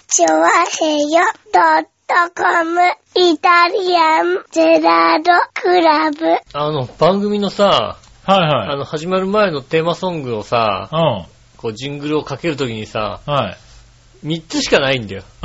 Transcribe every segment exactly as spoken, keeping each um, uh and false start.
チョワヘヨドットコムイタリアンゼラードクラブ。 あの、番組のさ、 はいはい。 あの、始まる前のテーマソングをさ、 うん。 こう、ジングルをかけるときにさ、 はい。 みっつしかないんだよ。 うん。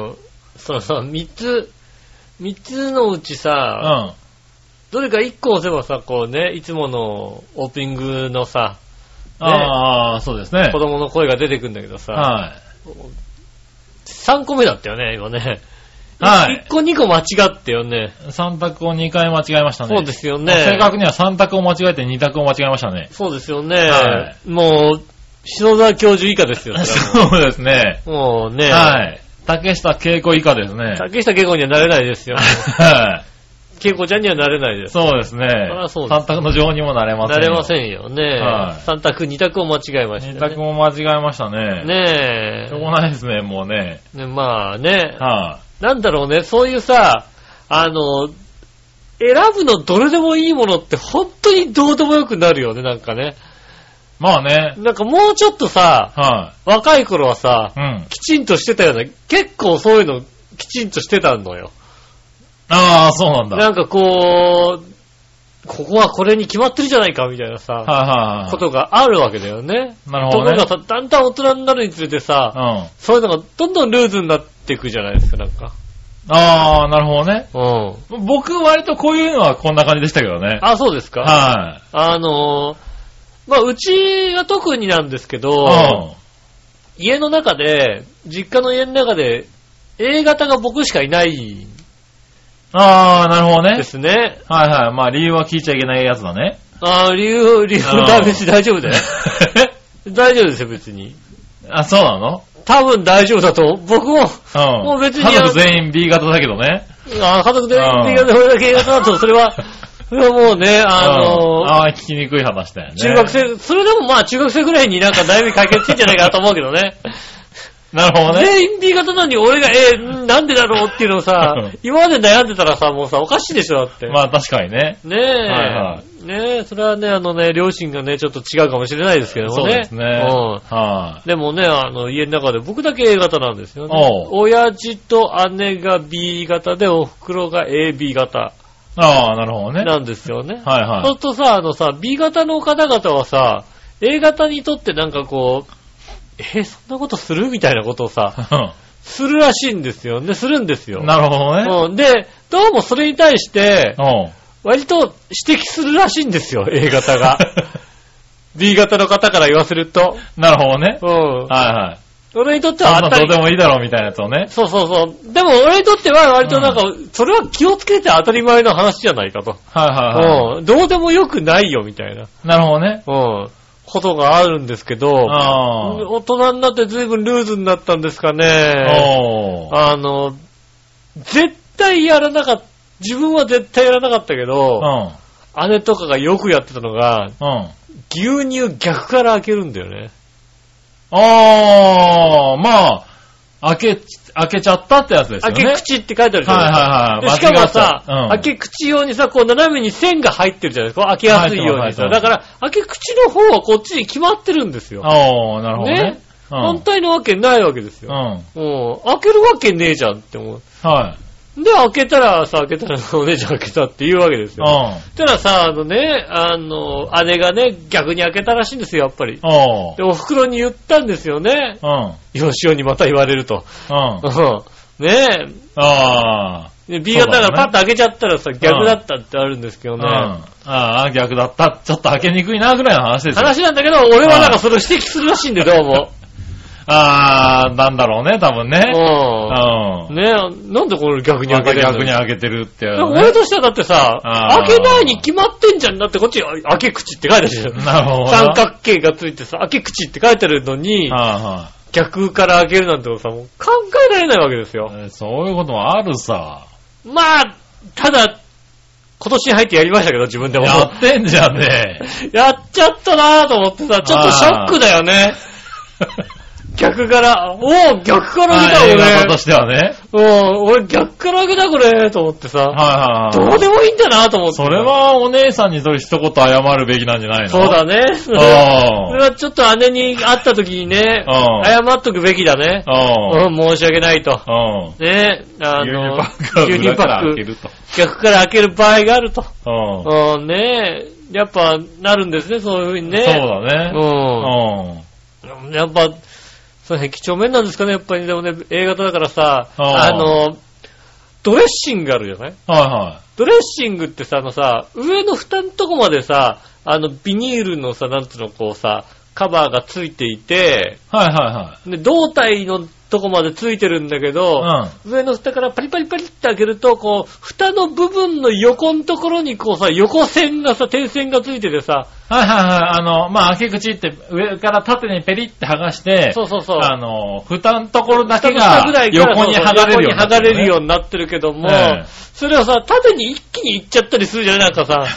うん。そのさ、みっつ、みっつのうちさ、うん。どれかいっこ押せばさ、こうね、いつものオープニングのさ、 ね、ああ、そうですね。 子供の声が出てくるんだけどさ、 はい。 さんこめだったよね、今ね。 はい。 いっこにこ間違ってよね。 さん択をにかい間違えましたね。 そうですよね。 正確にはさん択を間違えてに択を間違えましたね。 そうですよね。 はい。 もう、篠沢教授以下ですよ。 そうですね。 もうね。 はい。竹下恵子以下ですね。 竹下恵子にはなれないですよ。はい。恵子ちゃんにはなれないです。 そうですね。そさん択の女王にもなれませんよ。 なれませんよね。はい。さん択、に択を間違えましたね。 に択も間違えましたね。 ねえ。 しょうがないですね、もうね。 ね、まあね。 はい。 なんだろうね、そういうさ、あの、選ぶのどれでもいいものって本当にどうでもよくなるよね、なんかね。まあね。なんかもうちょっとさ、はい、若い頃はさ、うん、きちんとしてたよね。結構そういうのきちんとしてたのよ。 ああ、そうなんだ。 なんかこう、ここはこれに決まってるじゃないかみたいなさ、 はいはいはい、 ことがあるわけだよね。 なるほどね。 ところがさ、だんだん大人になるにつれてさ、うん、そういうのがどんどんルーズになっていくじゃないですか、なんか。 ああ、なるほどね。 うん。 僕割とこういうのはこんな感じでしたけどね。 あ、そうですか。 はい。 あのー、まあ、うちが特になんですけど、うん、家の中で、実家の家の中で、A 型が僕しかいない。 ああ、なるほどね。 ですね。 はいはい。まあ理由は聞いちゃいけないやつだね。 ああ、理由、理由は別に大丈夫だよ。大丈夫ですよ、別に。 あ、そうなの？ 多分大丈夫だと。僕も、うん、もう別に。 家族全員 B 型だけどね。 ああ、家族全員 B 型で俺だけ A 型だと、それは、それはもうね、あのー、 ああ、聞きにくい話だよね。 中学生、それでもまあ中学生ぐらいになんか悩み解決してんじゃないかなと思うけどね。 なるほどね。 全員 B 型なのに俺が、えー、なんでだろうっていうのをさ、今まで悩んでたらさ、もうさ、おかしいでしょ、だって。 まあ確かにね。 ねえ。はいはい、ねえ、それはね、あのね、両親がね、ちょっと違うかもしれないですけどもね。 そうですね。うん。 はい、でもね、あの、家の中で僕だけ A 型なんですよね。親父と姉が B 型で、お袋が エービー 型。 ああ、なるほどね。 なんですよね。 はいはい。 そうするとさ、あのさ、B 型の方々はさ、A 型にとってなんかこう、えー、そんなことするみたいなことをさ、するらしいんですよね。するんですよ。 なるほどね。 うん。で、どうもそれに対して、割と指摘するらしいんですよ、A 型が。B 型の方から言わせると。 なるほどね。 うん。 はいはい。 俺にとっては当たり前。どうでもいいだろうみたいなやつをね。 そうそうそう。でも俺にとっては割となんか、うん、それは気をつけて当たり前の話じゃないかと。 はいはいはい。 うん。どうでもよくないよみたいな。 なるほどね。 うん。ことがあるんですけど、 あ大人になって随分ルーズになったんですかね。あの、絶対やらなかった、自分は絶対やらなかったけど、うん、姉とかがよくやってたのが、うん、牛乳逆から開けるんだよね。 ああ、まあ、開け、開けちゃったってやつですよね。 開け口って書いてあるじゃないですか。はいはいはい。しかもさ、うん、開け口用にさ、こう斜めに線が入ってるじゃないですか。開けやすいようにさ。だから、開け口の方はこっちに決まってるんですよ。 ああ、なるほどね。ね、 うん、反対のわけないわけですよ。うん。うん。開けるわけねえじゃんって思う。 はい。 で、開けたらさ、開けたらお姉ちゃん開けたって言うわけですよ。うん。たらさ、あのね、あの、姉がね、逆に開けたらしいんですよ、やっぱり。 うん。 で、お袋に言ったんですよね。 うん。 よしおにまた言われると。 うん。 ねえ。 ああ。 B 型がパッと開けちゃったらさ、逆だったってあるんですけどね。うん。 ああ、逆だった。ちょっと開けにくいな、ぐらいの話ですよ。 話なんだけど、俺はなんかそれを指摘するらしいんで、どうも。 あー、なんだろうね、多分ね。 うん。ねえ、なんでこれ逆に開けてるの？ 逆に開けてるって、ね。 俺としてはだってさ、開けないに決まってんじゃん。だってこっち開け口って書いてあるじゃん。 なるほど。 三角形がついてさ、開け口って書いてあるのに、 はあはあ、 逆から開けるなんてさ、もう考えられないわけですよ。 えー、そういうこともあるさ。 まあ、ただ、今年に入ってやりましたけど、自分でも。 やってんじゃんね。 やっちゃったなぁと思ってさ、ちょっとショックだよね。 逆から、おぉ、逆から開けた、俺。 映画化としてはね。 うん、俺逆から開けた、これ、と思ってさ。はいはいはい。どうでもいいんだな、と思って。 それはお姉さんにそれ一言謝るべきなんじゃないの？ そうだね。それはちょっと姉に会った時にね、謝っとくべきだね。うん、申し訳ないと。ね、あの、牛乳パック、逆から開ける場合があると。うん、ね、やっぱなるんですね、そういう風にね。 そうだね。 うん。やっぱ、それ、几帳面なんですかね、やっぱり。でもね、A 型だからさ、あの、ドレッシングあるじゃない？ はいはい。 ドレッシングってさ、あのさ、上の蓋のとこまでさ、あの、ビニールのさ、なんつうの、こうさ、カバーがついていて、 はいはいはい。 で、胴体のとこまでついてるんだけど、うん、上の蓋からパリパリパリって開けると、こう、蓋の部分の横のところにこうさ、横線がさ、点線がついててさ、 はいはいはい、あの、まあ、開け口って上から縦にペリって剥がして、 そうそうそう。 あの、蓋のところだけが横に剥がれるようになってる、ね。横に剥がれるようになってるけども、えー、それをさ、縦に一気にいっちゃったりするじゃないなんかさ。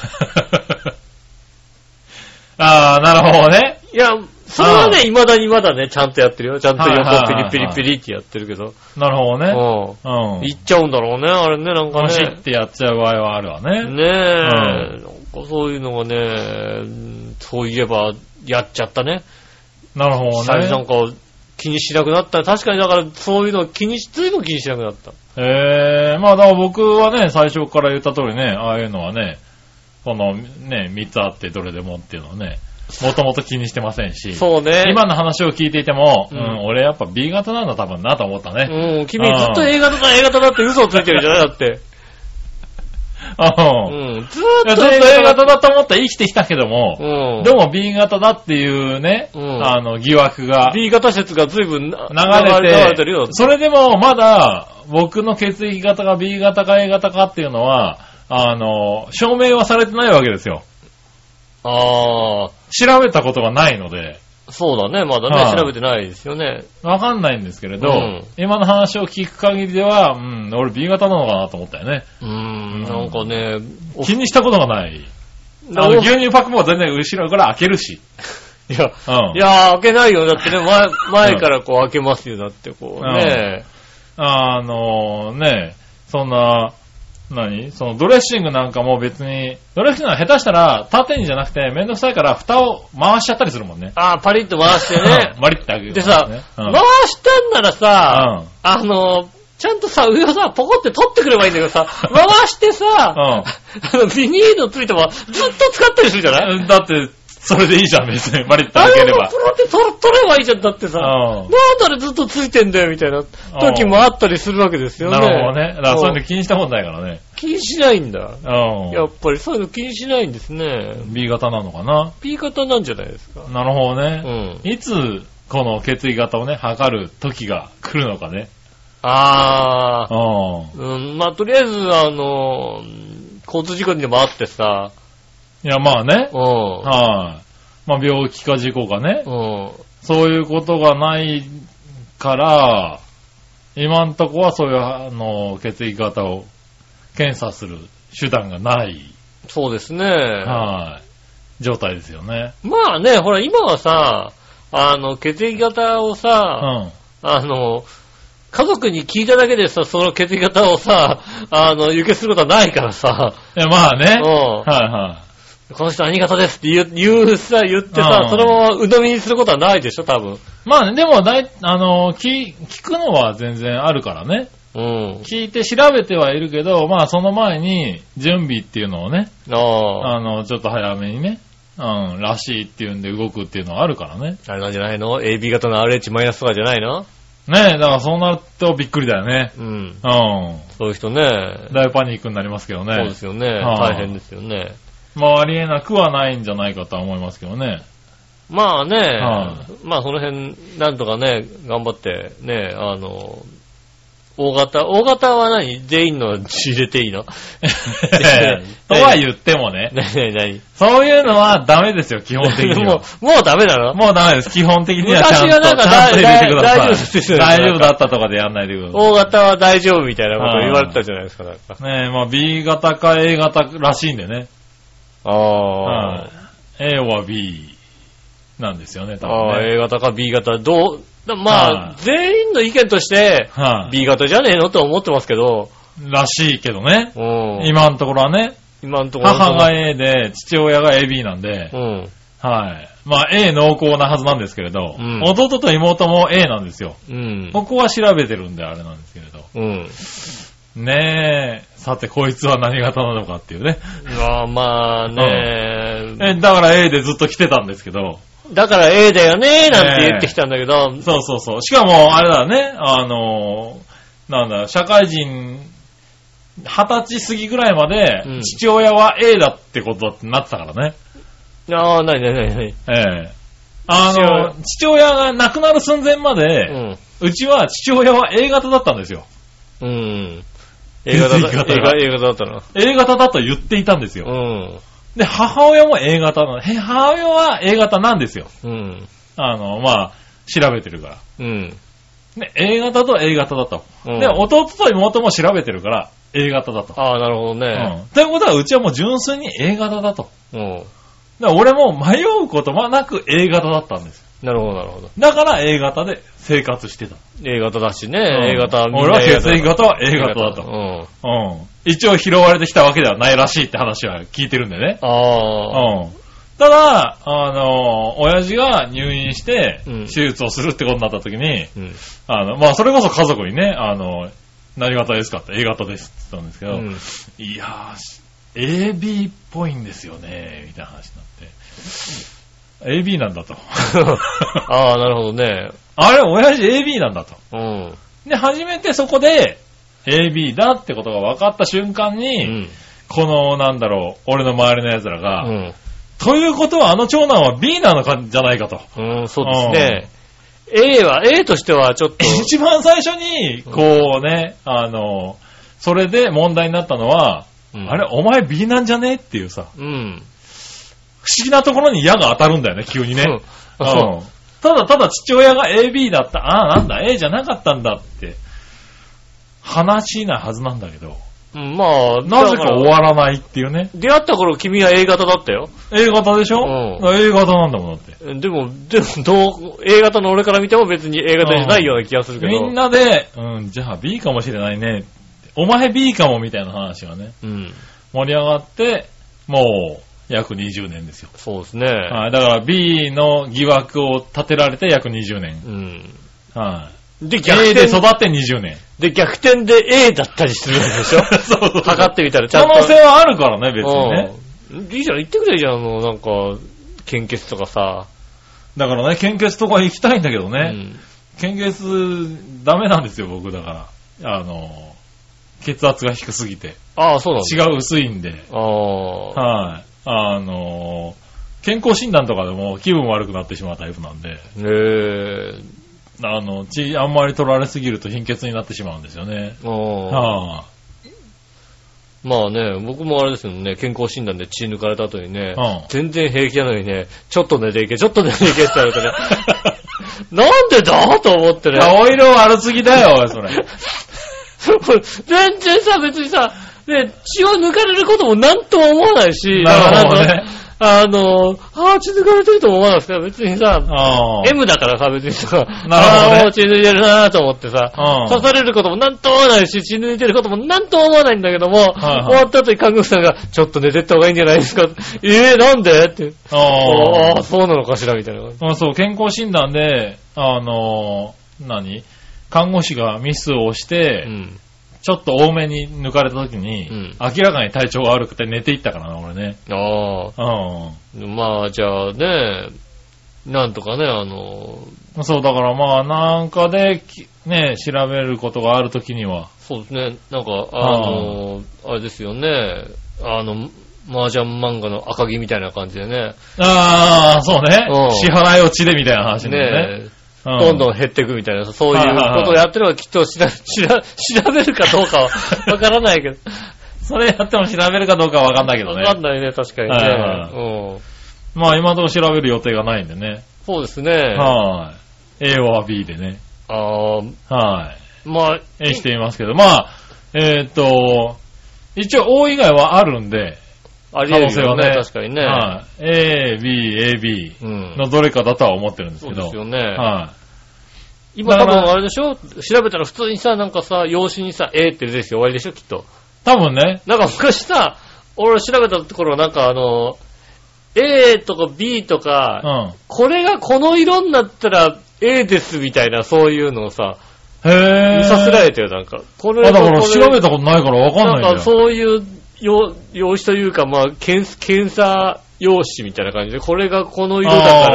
ああ、なるほどね。 いや、それはね、未だにまだね、ちゃんとやってるよ。ちゃんと横ピリピリピリってやってるけど。 なるほどね。 うん。いっちゃうんだろうね、あれね、なんかね。 シッってやっちゃう場合はあるわね。 ねえ。うん、なんかそういうのがね、そういえばやっちゃったね。 なるほどね。 最初なんか気にしなくなった。確かにだからそういうの気にし、ずいぶん気にしなくなった。 へえー、まあだから僕はね、最初から言った通りね、ああいうのはね、このね、みっつあってどれでもっていうのはね、もともと気にしてませんし。 そうね。 今の話を聞いていても、うん、うん、俺やっぱ B 型なんだ多分なと思ったね。 うん、君ずっと A 型だ A 型だって嘘をついてるじゃないだって。 うん。ずーっと A 型だと思って生きてきたけども、うん、でも B 型だっていうね、うん、あの疑惑が。 B 型説が随分流れて、流れてるよ。 それでもまだ僕の血液型が B 型か A 型かっていうのは、あの、証明はされてないわけですよ。 ああ。 調べたことがないので。 そうだね、まだね、はあ、調べてないですよね。 わかんないんですけれど、うん、今の話を聞く限りでは、うん、俺 B 型なのかなと思ったよね。 うーん、なんかね、 気にしたことがない。あの、牛乳パックも全然後ろから開けるし。 いや、うん、いや、開けないよ。だってね、前、前からこう開けますよ。だってこうね。 うん、あのね、そんな、何そのドレッシングなんかも別に、ドレッシングは下手したら縦にじゃなくてめんどくさいから蓋を回しちゃったりするもんね。 ああ、パリッと回してね。 パリッと開ける、ね。 でさ、うん、回したんならさ、うん、あの、ちゃんとさ、上をさ、ポコって取ってくればいいんだけどさ、回してさ、うん、あのビニールのついてもずっと使ったりするじゃないだって、それでいいじゃん、別に。バリッと開ければ。 あれもプロって取ればいいじゃん、だってさ。なんであれずっとついてんだよ、みたいな時もあったりするわけですよね。 なるほどね。だからそういうの気にしたことないからね。 気にしないんだ。やっぱりそういうの気にしないんですね。 B 型なのかな ?B 型なんじゃないですか。 なるほどね。うん。いつ、この血液型をね、測る時が来るのかね。 あー。うん。まあ、とりあえず、あの、交通事故にでもあってさ、 いや、まあね。 うん。 はい。まあ、病気か事故かね。 うん。 そういうことがないから、今んとこはそういう、あの、血液型を検査する手段がない。 そうですね。 はい。状態ですよね。 まあね、ほら、今はさ、あの、血液型をさ、うん。あの、家族に聞いただけでさ、その血液型をさ、あの、輸血することはないからさ。 いや、まあね。 うん。 はいはい。 この人何型ですって言う、言うさ、言ってさ、そのまま鵜呑みにすることはないでしょ、多分。 まあね、でもだい、あの、聞、聞くのは全然あるからね。 うん。 聞いて調べてはいるけど、まあその前に準備っていうのをね。 ああ。 あの、ちょっと早めにね。うん、らしいっていうんで動くっていうのはあるからね。 あれなんじゃないの ?エービー 型の アールエイチ マイナスとかじゃないのねえ、だからそうなるとびっくりだよね。 うん。うん。 そういう人ね。 だいぶパニックになりますけどね。 そうですよね。大変ですよね。 まあありえなくはないんじゃないかとは思いますけどね。 まあね、はあ、まあその辺、なんとかね、頑張って、ね、あの、大型、大型は何全員の入れていいのとは言ってもね。 何何そういうのはダメですよ、基本的には。 もう、もうダメなのもうダメです。基本的にはちゃんと、 昔はなんか大ちゃんと入れてください。 大丈夫ですよね。 大丈夫だったとかでやんないでください。 大型は大丈夫みたいなこと言われてたじゃないですか、なんか。 ねえ、まあ B 型か A 型らしいんでね。 ああ、 うん。A は B なんですよね、多分ね。 ああ、A 型か B 型。どう、 だまあ、はい、全員の意見として、はい、B 型じゃねえのと思ってますけど。 らしいけどね。うん、今のところはね。 今のところ母が A で、父親が エービー なんで。うん、はい。まあ A 濃厚なはずなんですけれど、うん、弟と妹も A なんですよ。うん、ここは調べてるんであれなんですけれど。うん、ねえ。さて、こいつは何型なのかっていうね。 あまあね、 うん、え。だから A でずっと来てたんですけど。 だから A だよねなんて言ってきたんだけど、 えー。そうそうそう。しかも、あれだね、あの、なんだ、社会人、二十歳過ぎぐらいまで、うん、父親は A だってことになってたからね。 ああ、なになになになに。 ええ。あの、父親が亡くなる寸前まで、うん、うちは父親は A 型だったんですよ。うん。 A 型だ、A 型だったの ?A 型だと言っていたんですよ。うん。で、母親も A 型なの。母親は A 型なんですよ。うん。あの、まあ、調べてるから。うん。で、A 型と A 型だと。うん、で、弟と妹も調べてるから、A 型だと。 ああ、なるほどね。 うん。ということは、うちはもう純粋に A 型だと。うん。だから俺も迷うこともなく A 型だったんですよ。 なるほど、なるほど。 だから A 型で生活してた。 A 型だしね、うん、A 型はみんな A 型。俺は血液型は A 型だと。うん。うん。一応拾われてきたわけではないらしいって話は聞いてるんでね。ああ。うん。ただ、あの、親父が入院して、手術をするってことになった時に、うん、あの、まあ、それこそ家族にね、あの、何型ですかって A 型ですって言ったんですけど、うん、いやー、エービー っぽいんですよね、みたいな話になって。エービー なんだと。 ああ、なるほどね。 あれ、親父 エービー なんだと。うん。で、初めてそこで、エービー だってことが分かった瞬間に、うん、この、なんだろう、俺の周りの奴らが、うん、ということはあの長男は B なのかじゃないかと。 うん、そうですね。A は、A としてはちょっと。 一番最初に、こうね、うん、あの、それで問題になったのは、うん、あれ、お前 B なんじゃねっていうさ、うん、不思議なところに矢が当たるんだよね、急にね。うんうん、ただただ父親が エービー だった、ああ、なんだ、A じゃなかったんだって、話なはずなんだけど、 うん、まあ、 なぜか終わらないっていうね。 出会った頃君は A 型だったよ。 A 型でしょ、うん、A 型なんだもんだって。 でも、でも、どう、A 型の俺から見ても別に A 型じゃないような気がするけど。 みんなで、うん、じゃあ B かもしれないね。お前 B かもみたいな話がね、うん、盛り上がって、もう約にじゅうねんですよ。 そうですね。 はい、だから B の疑惑を立てられて約にじゅうねん。うん、はい。で、逆転 A で育ってにじゅうねん。 で、逆転で A だったりするんでしょそうそう。測ってみたらちゃんと。 可能性はあるからね、別にね。 いいじゃん、言ってくれじゃん、もうなんか、献血とかさ。 だからね、献血とか行きたいんだけどね。うん、献血、ダメなんですよ、僕だから。あの、血圧が低すぎて。 ああ、そうなんだ。 血が薄いんで。ああ。はい。あの、健康診断とかでも気分悪くなってしまうタイプなんで。へえ。あの、血あんまり取られすぎると貧血になってしまうんですよね。ああ。はあ。 まあね、僕もあれですよね、健康診断で血抜かれた後にね、うん、全然平気なのにね、ちょっと寝ていけ、ちょっと寝ていけって言われてね、なんでだと思ってね。 顔色悪すぎだよ、それ。 全然さ、別にさ、ね、血を抜かれることもなんとも思わないし、 なるほどね。 あの、ああ、血抜かれてるとも思わないですけど、別にさ、M だからさ、別にさ、 なるほどね、 ああ、もう血抜いてるなぁと思ってさ、刺されることもなんとも思わないし、血抜いてることもなんとも思わないんだけども、はいはい、終わった後に看護師さんが、ちょっと寝てった方がいいんじゃないですか。えー、なんでって。ああ、そうなのかしらみたいな。 あそう、健康診断で、あのー、何看護師がミスをして、うんちょっと多めに抜かれた時に、うん、明らかに体調が悪くて寝ていったからな、俺ね。ああ。うん。まあ、じゃあね、なんとかね、あの。 そう、だからまあ、なんかで、ね、調べることがある時には。 そうですね、なんか、あの、あれですよね、あの、麻雀漫画の赤木みたいな感じでね。 ああ、そうね。うん、支払いを血でみたいな話ね。ねどんどん減っていくみたいな、そういうことをやってるのはきっとしら、しら、調べるかどうかはわからないけど。 それやっても調べるかどうかはわかんないけどね。 わかんないね、確かにね。はいはいうん、まあ今のところ調べる予定がないんでね。 そうですね。 はい。A は B でね。ああ。はい。 まあ、 A してみますけど、まあ、えー、っと、一応 O 以外はあるんで、 あり得るよね、可能性はね。確かにね。 はい。A、B、エービー のどれかだとは思ってるんですけど。 そうですよね。 はい。 今多分あれでしょ？調べたら普通にさ、なんかさ、用紙にさ、A って出てきて終わりでしょきっと。 多分ね。 なんか昔さ、俺調べたところなんかあの、A とか B とか、うん、これがこの色になったら A ですみたいなそういうのをさ、 へー。 見させられてよ、なんか。 これ。あ、だから調べたことないからわかんないんだよ。なんかそういう用用紙というか、まあ、検査用紙みたいな感じで、これがこの色だから、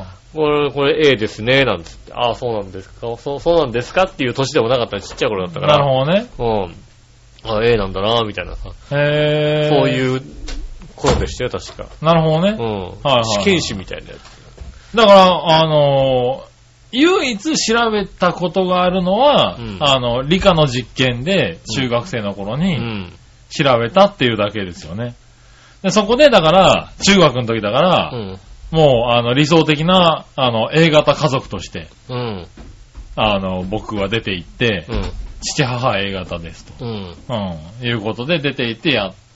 これ、これ A ですね、なんつって。ああ、そうなんですか。そう、そうなんですかっていう年でもなかったらちっちゃい頃だったから。 なるほどね。 うん。ああ、A なんだな、みたいなさ。 へー。 そういう頃でしたよ、確か。 なるほどね。 うん。はいはいはい、試験紙みたいなやつ。 だから、あのー、唯一調べたことがあるのは、うん、あの、理科の実験で中学生の頃に調べたっていうだけですよね。でそこで、だから、中学の時だから、うん、もう、あの、理想的な、あの、A 型家族として、うん、あの、僕は出て行って、うん、父母 A 型ですと、うんうん、いうことで出て行ってやって、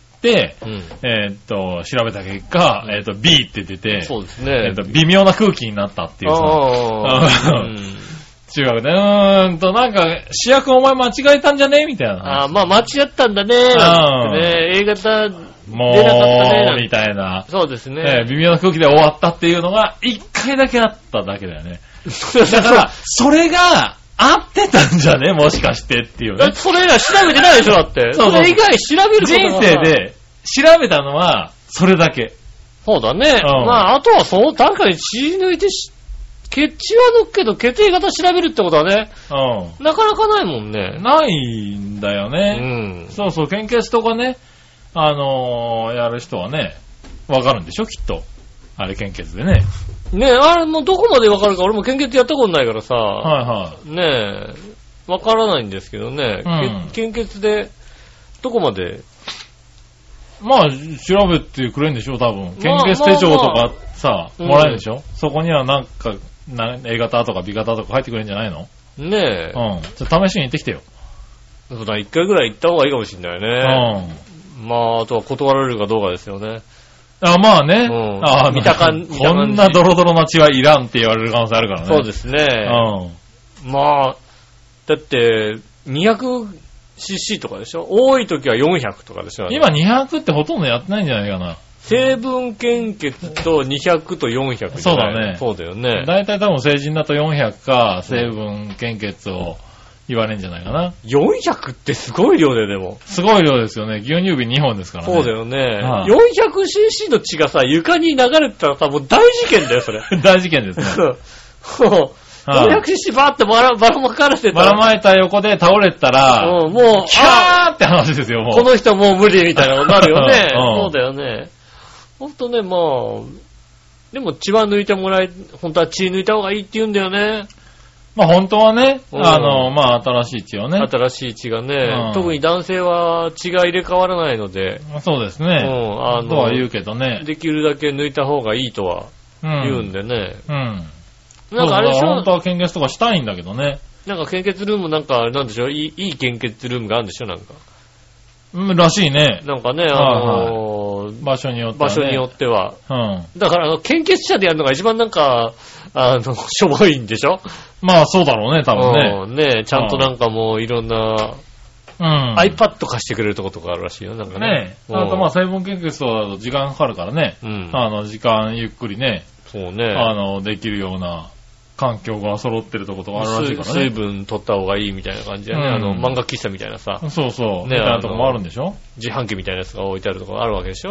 うん、えー、っと、調べた結果、えー、っと、B って出て、 そうですね。 えー、っと、微妙な空気になったっていうさ、うん、中学で、うーんと、なんか、主役お前間違えたんじゃねみたいな。 ああ、まあ間違ったんだねー。なんてね、A 型、 もう、出なかったねみたいな。 そうですね、 えー。微妙な空気で終わったっていうのが、一回だけあっただけだよね。だから、それが、合ってたんじゃねもしかしてっていうね。 だってそれ以外調べてないでしょだって。そうそう。それ以外調べること人生で調べたのは、それだけ。 そうだね。うん、まあ、あとはそう、確かに血抜いてし、血血は抜くけど、血液型調べるってことはね、うん。なかなかないもんね。 ないんだよね。うん。そうそう、献血とかね、あのー、やる人はね、わかるんでしょきっと。あれ献血でね。 ねえ、あれもうどこまでわかるか俺も献血やったことないからさ。 はいはい。 ねえ、わからないんですけどね。うん、献血で、どこまでまあ、調べてくれるんでしょ多分。献血手帳とかさ、まあまあまあ、もらえるでしょ、うん、そこにはなんか、な A 型とか B 型とか入ってくれるんじゃないのねえ。 うん。ちょっと試しに行ってきてよ。 そうだ、一回ぐらい行った方がいいかもしれないね。うん。まあ、あとは断られるかどうかですよね。 あ、まあね。 うん、ああ、見た感じ。 こんなドロドロな血はいらんって言われる可能性あるからね。 そうですね。うん。まあ、だって、にひゃくシーシー とかでしょ多い時はよんひゃくとかでしょ今にひゃくってほとんどやってないんじゃないかな。 成分献血とにひゃくとよんひゃくじゃない。そうだね。そうだよね。 だいたい多分成人だとよんひゃくか、成分献血を言われるんじゃないかな。 よんひゃくってすごい量ででも。 すごい量ですよね。牛乳瓶にほんですからね。 そうだよね。はあ、よんひゃくシーシー の血がさ、床に流れてたらさ、もう大事件だよ、それ。 大事件ですね。 そう。よんひゃくシーシー バーってばら、ばらまかれてたばらまいた横で倒れてたら、 うん、もう、 キャーって話ですよ、もう。 この人もう無理みたいなことになるよね。うん、そうだよね。ほんとね、まあ、でも血は抜いてもらい、本当は血抜いた方がいいって言うんだよね。 まあ本当はね、うん、あの、まあ新しい血をね。 新しい血がね、うん、特に男性は血が入れ替わらないので。 そうですね。うん、あの、とは言うけどね。 できるだけ抜いた方がいいとは言うんでね。 うん。うんなんかあれでしょ本当は献血とかしたいんだけどね。 なんか献血ルームなんか、なんでしょういい、いい献血ルームがあるんでしょなんか。 うん、らしいね。 なんかね、あのーはい、 場所によっては、 ね。場所によっては。 うん。 だから、あの、献血者でやるのが一番なんか、あの、しょぼいんでしょまあ、そうだろうね、多分ね。 うん、ねちゃんとなんかもういろんな、うん。iPad 貸してくれるとことかあるらしいよ、なんかね。 ねえ。あとまあ、成分献血とだと時間かかるからね。うん。あの、時間ゆっくりね。 そうね。 あの、できるような。環境が揃ってるとことがあるらしいからね。 水分取った方がいいみたいな感じでね。うん、あの、漫画喫茶みたいなさ。 そうそう。ね、みたいなとこもあるんでしょ自販機みたいなやつが置いてあるところあるわけでしょ、うん、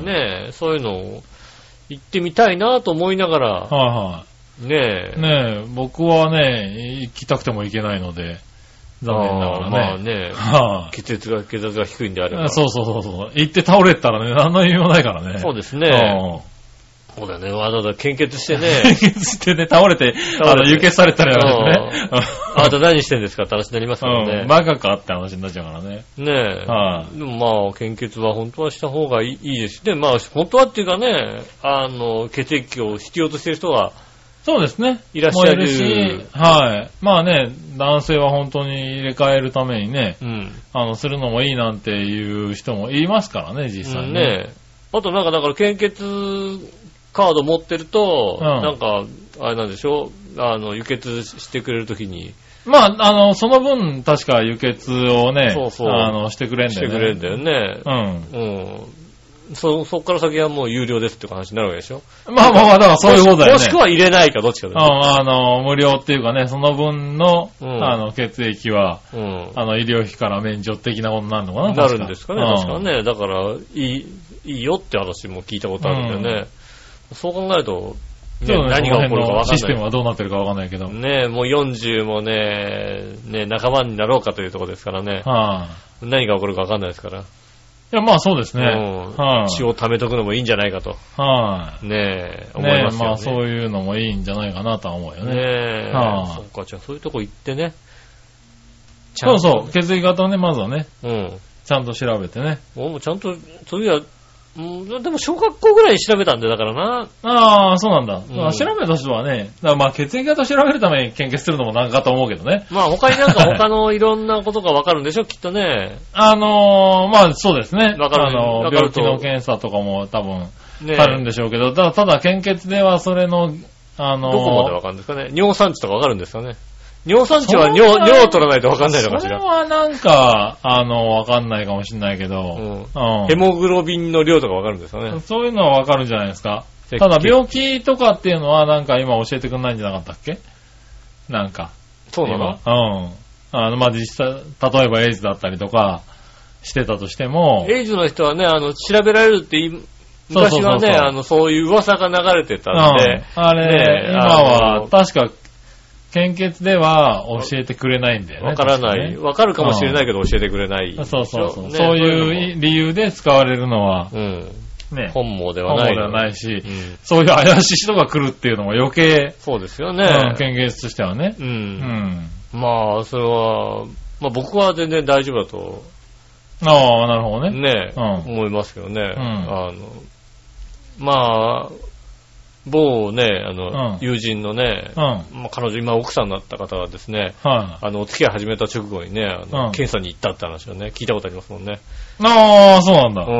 ねえ、そういうのを行ってみたいなと思いながら。 はいはい。 ねえ。 ねえ、僕はね、行きたくても行けないので、残念ながらね。 まあね、はあ、血圧が、血圧が低いんであれば。 そうそうそうそう。行って倒れたらね、何の意味もないからね。 そうですね。はあそうだよね。わざわざ献血してね。 献血してね、倒れて、あの、輸血されたらやるね。 あなた何してんですかって話になりますからね。 うん、バカかって話になっちゃうからね。 ねえ。はい、でもまあ、献血は本当はした方がいい、いいです。で、まあ、本当はっていうかね、あの、血液を必要としてる人は、 そうですね。 いらっしゃるし、はい。まあね、男性は本当に入れ替えるためにね、うん、あの、するのもいいなんていう人もいますからね、実際にね。うん、ねあとなんかだから献血カード持ってると、うん、なんか、あれなんでしょあの、輸血してくれるときに。 まあ、あの、その分、確か輸血をね、そうそうあの、してくれんだよね。 してくれんだよね。うん。うん。そ、そっから先はもう有料ですって話になるわけでしょ。 まあまあまあ、だからそういうことだよね。 もしくは入れないかどっちかだよね。 あの、無料っていうかね、その分の、うん、あの、血液は、うん、あの、医療費から免除的なことになるのかななるんですかね、うん、確かね。だから、いい、いいよって話も聞いたことあるんだよね。うん、そう考えると、ね、何が起こるか分かんない。 システムはどうなってるか分かんないけど。 ねえ、もうよんじゅうもね、ね、仲間になろうかというところですからね。はあ、何が起こるか分かんないですから。 いや、まあそうですね。うんはあ、血を貯めとくのもいいんじゃないかと。 はい、あ、ねえ、思いますよね。 ねえ、まあそういうのもいいんじゃないかなとは思うよね。 ねえ、はあ、そっか、じゃあそういうとこ行ってね。 そうそう、血液型をね、まずはね。うん。ちゃんと調べてね。 もうちゃんと、そういや、うん、でも小学校ぐらいに調べたんで、だからな。 ああ、そうなんだ。うん、調べた人はね、だからまあ血液型調べるために献血するのもなんかと思うけどね。 まあ他になんか他のいろんなことがわかるんでしょ、きっとね。 あのー、まあそうですね。わかる。あのー、病気の検査とかも多分、あるんでしょうけど、ただ、ただ献血ではそれの、あのー、 どこまでわかるんですかね。尿酸値とかわかるんですかね。尿酸値は尿、尿を取らないと分かんないのかしら。 それはなんか、あの、分かんないかもしれないけど、 うんうん、ヘモグロビンの量とか分かるんですかね。 そういうのは分かるんじゃないですか。ただ病気とかっていうのはなんか今教えてくれないんじゃなかったっけなんか。 そうなの？ うん。あの、まあ、実際、例えばエイズだったりとかしてたとしても。 エイズの人はね、あの、調べられるって言い、昔はね、そうそうそうそう、あの、そういう噂が流れてたんで。うん、 あれ、ね、今は確か、献血では教えてくれないんだよね。 わからない。わ、ね、かるかもしれないけど教えてくれない。 うん、そうそうそう、ね。そういう理由で使われるのは、うん、 ね、本望ではない。 本望ではないし、うん、そういう怪しい人が来るっていうのも余計。 そうですよね。 うん、献血としてはね。うん。 うん、まあ、それは、まあ僕は全然大丈夫だと。 ああ、なるほどね。 ね、うん、思いますけどね。うん、あの、まあ、某ね、あの、うん、友人のね、うん、まあ、彼女今奥さんになった方がですね、はい、あの、お付き合い始めた直後にね、あの、うん、検査に行ったって話をね、聞いたことありますもんね。 ああ、そうなんだ。うん。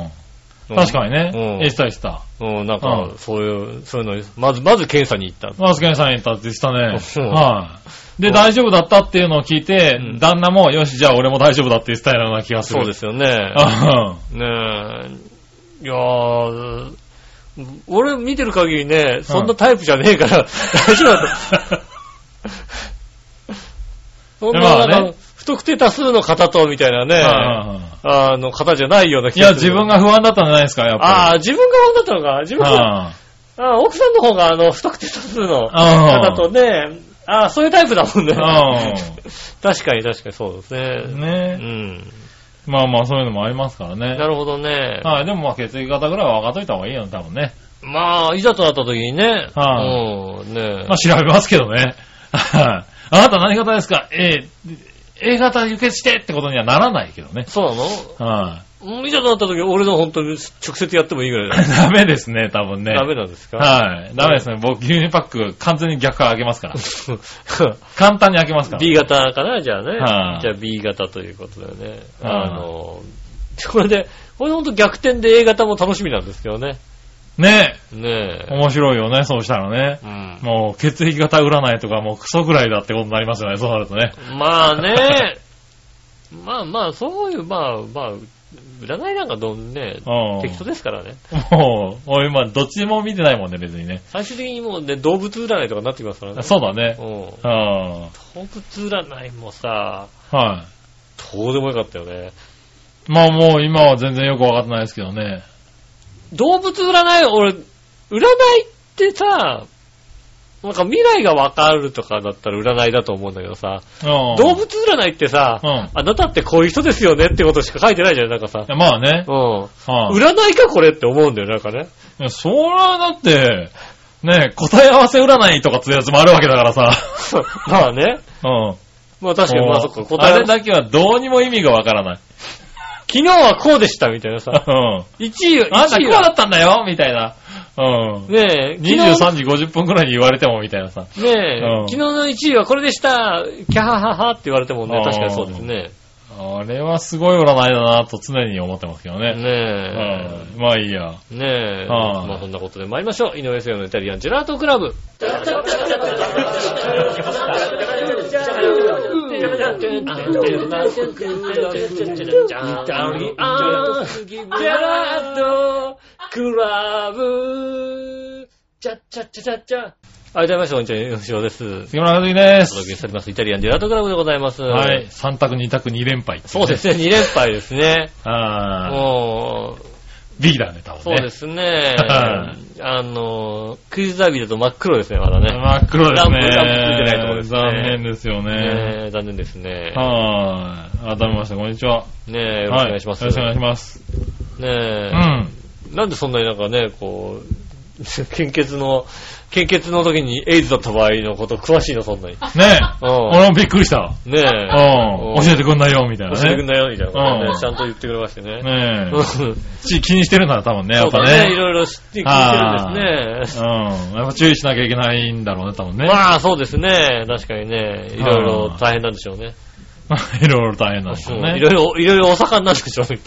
うん、確かにね。うん。言ってた言ってた。 うん、なんか、そういう、そういうの、まず、まず検査に行った。 まず検査に行ったって言ってたね。はい。で、大丈夫だったっていうのを聞いて、うん、旦那も、よし、じゃあ俺も大丈夫だって言ってたような気がする。 そうですよね。ねえ。いやー、俺見てる限りね、そんなタイプじゃねえから、うん、大丈夫だと。そんな、なんか、ね、不特定多数の方と、みたいなね、あの、方じゃないような気がする。 いや、自分が不安だったんじゃないですか、やっぱり。 ああ、自分が不安だったのか。自分が、ああ、奥さんの方が、あの、不特定多数の方とね、ああ、そういうタイプだもんね。確かに確かにそうですね。ね。うん。 まあまあそういうのもありますからね。 なるほどね。 はい、でもまあ血液型ぐらいは分かっといた方がいいよね、多分ね。 まあ、いざとなった時にね。はい、うん、ね。 まあ調べますけどね。はい。あなた何型ですか？ A、A 型輸血してってことにはならないけどね。 そうなの？はい。いざとなった時俺の本当に直接やってもいいぐらいだ。 ダメですね、多分ね。 ダメなんですか？ はい。ダメですね。僕牛乳パック完全に逆から開けますから。簡単に開けますから。 B 型かなじゃあね。はい。じゃあ B 型ということだよね。あの、これで、これほんと逆転で A 型も楽しみなんですけどね。 ねえ。ねえ。面白いよね、そうしたらね。うん。もう血液型占いとかもうクソぐらいだってことになりますよね、そうなるとね。 まあね。まあまあ、そういう、まあまあ、占いなんかどんね、適当ですからね。 もう、俺今どっちも見てないもんね、別にね。 最終的にもうね、動物占いとかになってきますからね。 そうだね。 うん。動物占いもさ、 はい。 どうでもよかったよね。 まあもう今は全然よくわかってないですけどね。 動物占い、俺、占いってさ、なんか未来がわかるとかだったら占いだと思うんだけどさ、動物占いってさ、うん、あなたってこういう人ですよねってことしか書いてないじゃん、なんかさ。 まあね。 うん。はあ、占いかこれって思うんだよ、なんかね。 いや、そらだって、ね、答え合わせ占いとかつうやつもあるわけだからさ。 まあね。 うん。 まあ確かに、まあそっか、 答えあれだけはどうにも意味がわからない。 昨日はこうでしたみたいなさ。うん。いちい、 あんたこうだったんだよみたいな。うん。 ねえ。 にじゅうさんじごじゅっぷんくらいに言われてもみたいなさ。 ねえ。うん、昨日のいちいはこれでした。キャハハハって言われてもね、確かにそうですね。 あれはすごい占いだなと常に思ってますけどね。 ねえ。 うん、まあいいや。 ねえ。まあそんなことで参りましょう。井上聖のイタリアンジェラートクラブ。クラブチャッチャッチャチャッチャ。ありがとうございました。こんにちは、吉尾です。 杉村和樹です。 お届けしております。イタリアンジェラートクラブでございます。 はい。さん択に択に連敗、ね。 そうですね、に連敗ですね。 ああ。 もう、 B だね、多分ね。 そうですね。あの、クイズダービーだと真っ黒ですね、まだね。 真っ黒ですね。 ランプついてないところですね。 残念ですよね。 ね残念ですね。 はい。改めまして、こんにちは。 ねえ、よろしくお願いします。 はい、よろしくお願いします。 ねえ。うん。なんでそんなになんかね、こう、献血の、献血の時にエイズだった場合のこと詳しいの、そんなに。 ねえ。うん。俺もびっくりした。 ねえ。 うん。教えてくんないよ、みたいなね。 教えてくんないよ、みたいなことね。ちゃんと言ってくれましてね。 ねえ。気にしてるなら多分ね、やっぱね。 そうだね、いろいろ知って聞いてるんですね。 うん。やっぱ注意しなきゃいけないんだろうね、多分ね。 まあ、そうですね。確かにね。いろいろ大変なんでしょうね。 いろいろ大変なんでしょうね。 いろいろ、いろいろお盛んなんでしょうね。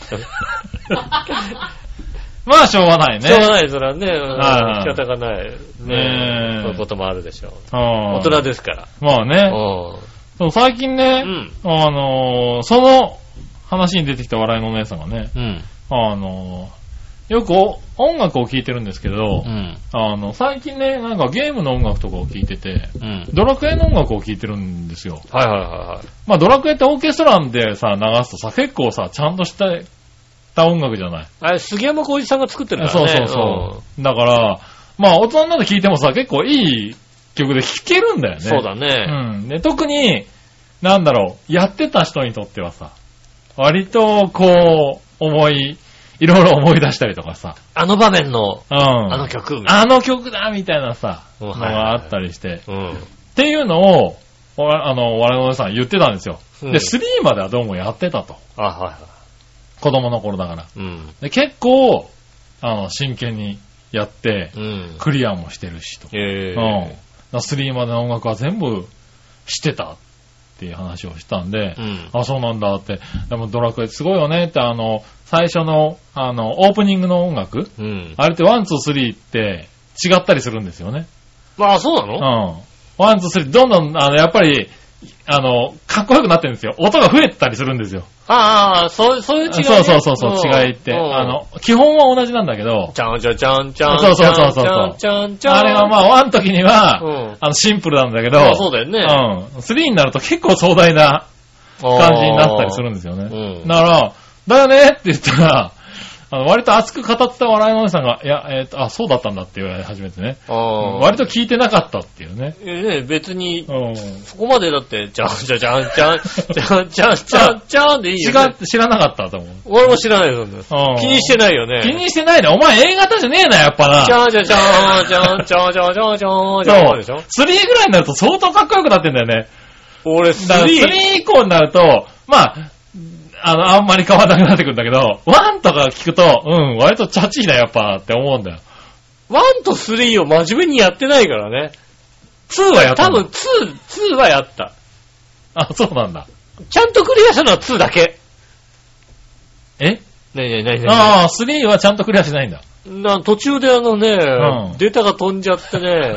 まあ、しょうがないね。 しょうがない、それはね。仕方がない。ねえ。そういうこともあるでしょう。大人ですから。 まあね。そう最近ね、あの、その話に出てきた笑いのお姉さんがね、あの、よく音楽を聴いてるんですけど、あの、最近ね、なんかゲームの音楽とかを聴いてて、ドラクエの音楽を聴いてるんですよ。 はいはいはいはい。 まあ、ドラクエってオーケストラでさ、流すとさ、結構さ、ちゃんとした、た音楽じゃない。 あれ、杉山浩一さんが作ってるからね。 そうそうそう。だから、まあ、大人になって聴いてもさ、結構いい曲で聴けるんだよね。 そうだね。 うん。で、特に、なんだろう、やってた人にとってはさ、割と、こう、思い、いろいろ思い出したりとかさ。 あの場面の、うん。あの曲みたいな。 あの曲だみたいなさ、うん、のがあったりして。うん。っていうのを、あの、我々さん言ってたんですよ。うん、で、スリーまではどうもやってたと。 あ、はいはい。 子供の頃だから。うん、で結構、あの、真剣にやって、うん、クリアもしてるしと。えー、うん。スリーまでの音楽は全部知ってたっていう話をしたんで、うん、あ、そうなんだって。でもドラクエすごいよねって、あの、最初の、あの、オープニングの音楽、うん、あれってワン、ツー、スリーって違ったりするんですよね。 まあ、そうなの？ うん。ワン、ツー、スリー、どんどん、あの、やっぱり、あの、かっこよくなってるんですよ。音が増えてたりするんですよ。 ああ、そう、そういう違い、ね。 そうそうそうそう、違いって。あの、基本は同じなんだけど。 ちゃんちゃんちゃんちゃん。 そうそうそうそう。 ちゃんちゃん。 あれがまあ、ワン時には、うん、あの、シンプルなんだけど。 そうそうだよね。 うん。スリーになると結構壮大な感じになったりするんですよね。うん、だから、だよねって言ったら、あの割と熱く語ってた笑いのお姉さんが、いや、えっ、ー、と、あ、そうだったんだって言われ始めてね。あ割と聞いてなかったっていうね。 えね、別に、そこまでだって、じゃんじゃんじゃんじゃん、じゃんじゃんじゃんじゃんでいいよ、ね。 知らなかったと思う。 俺も知らないよ、そんな。気にしてないよね。 気にしてないね。お前 A 型じゃねえな、やっぱな。 じゃんじゃんじゃんじゃんじゃんじゃんじゃんじゃんじゃんでしょ。 スリーぐらいになると相当かっこよくなってんだよね。 俺スリー。 スリー以降になると、まあ、あの、あんまり変わらなくなってくるんだけど、ワンとか聞くと、うん、割とチャチーだやっぱって思うんだよ。 ワンとスリーを真面目にやってないからね。 ツーはやったの？ 多分ツー、ツーはやった。 あ、そうなんだ。 ちゃんとクリアしたのはツーだけ。 え？ なになになになに？ ああ、スリーはちゃんとクリアしないんだ。 な、途中であのね、うん、データが飛んじゃってね。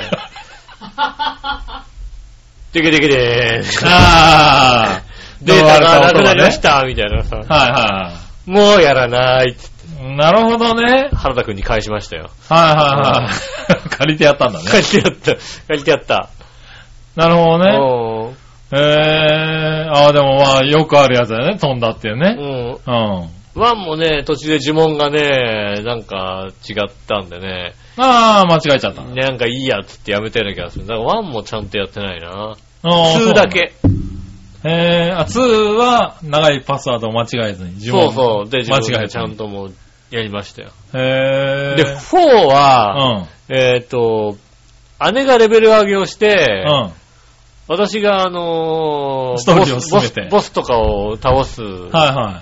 でけでけでーす。 ああ。 データがなくなりました、みたいなさ。 はいはい。 もうやらないっつって。 なるほどね。 原田くんに返しましたよ。 はいはいはい。借りてやったんだね。 借りてやった。借りてやった。 なるほどね。へえー。ああ、でもまあ、よくあるやつだよね。飛んだっていうね。うん。うん。 ワンもね、途中で呪文がね、なんか違ったんでね。 ああ、間違えちゃった。 なんかいいやつってやめたような気がする。だからワンもちゃんとやってないな。ツーだけ。 えー、あ、ツーは長いパスワードを間違えずに。 そうそう。で、間違えてちゃんともうやりましたよ。 へー。 で、フォーは、うん、えっ、ー、と、姉がレベル上げをして、うん、私があのー、 ストーリーを進めてボス、ボスとかを倒す、はいはい。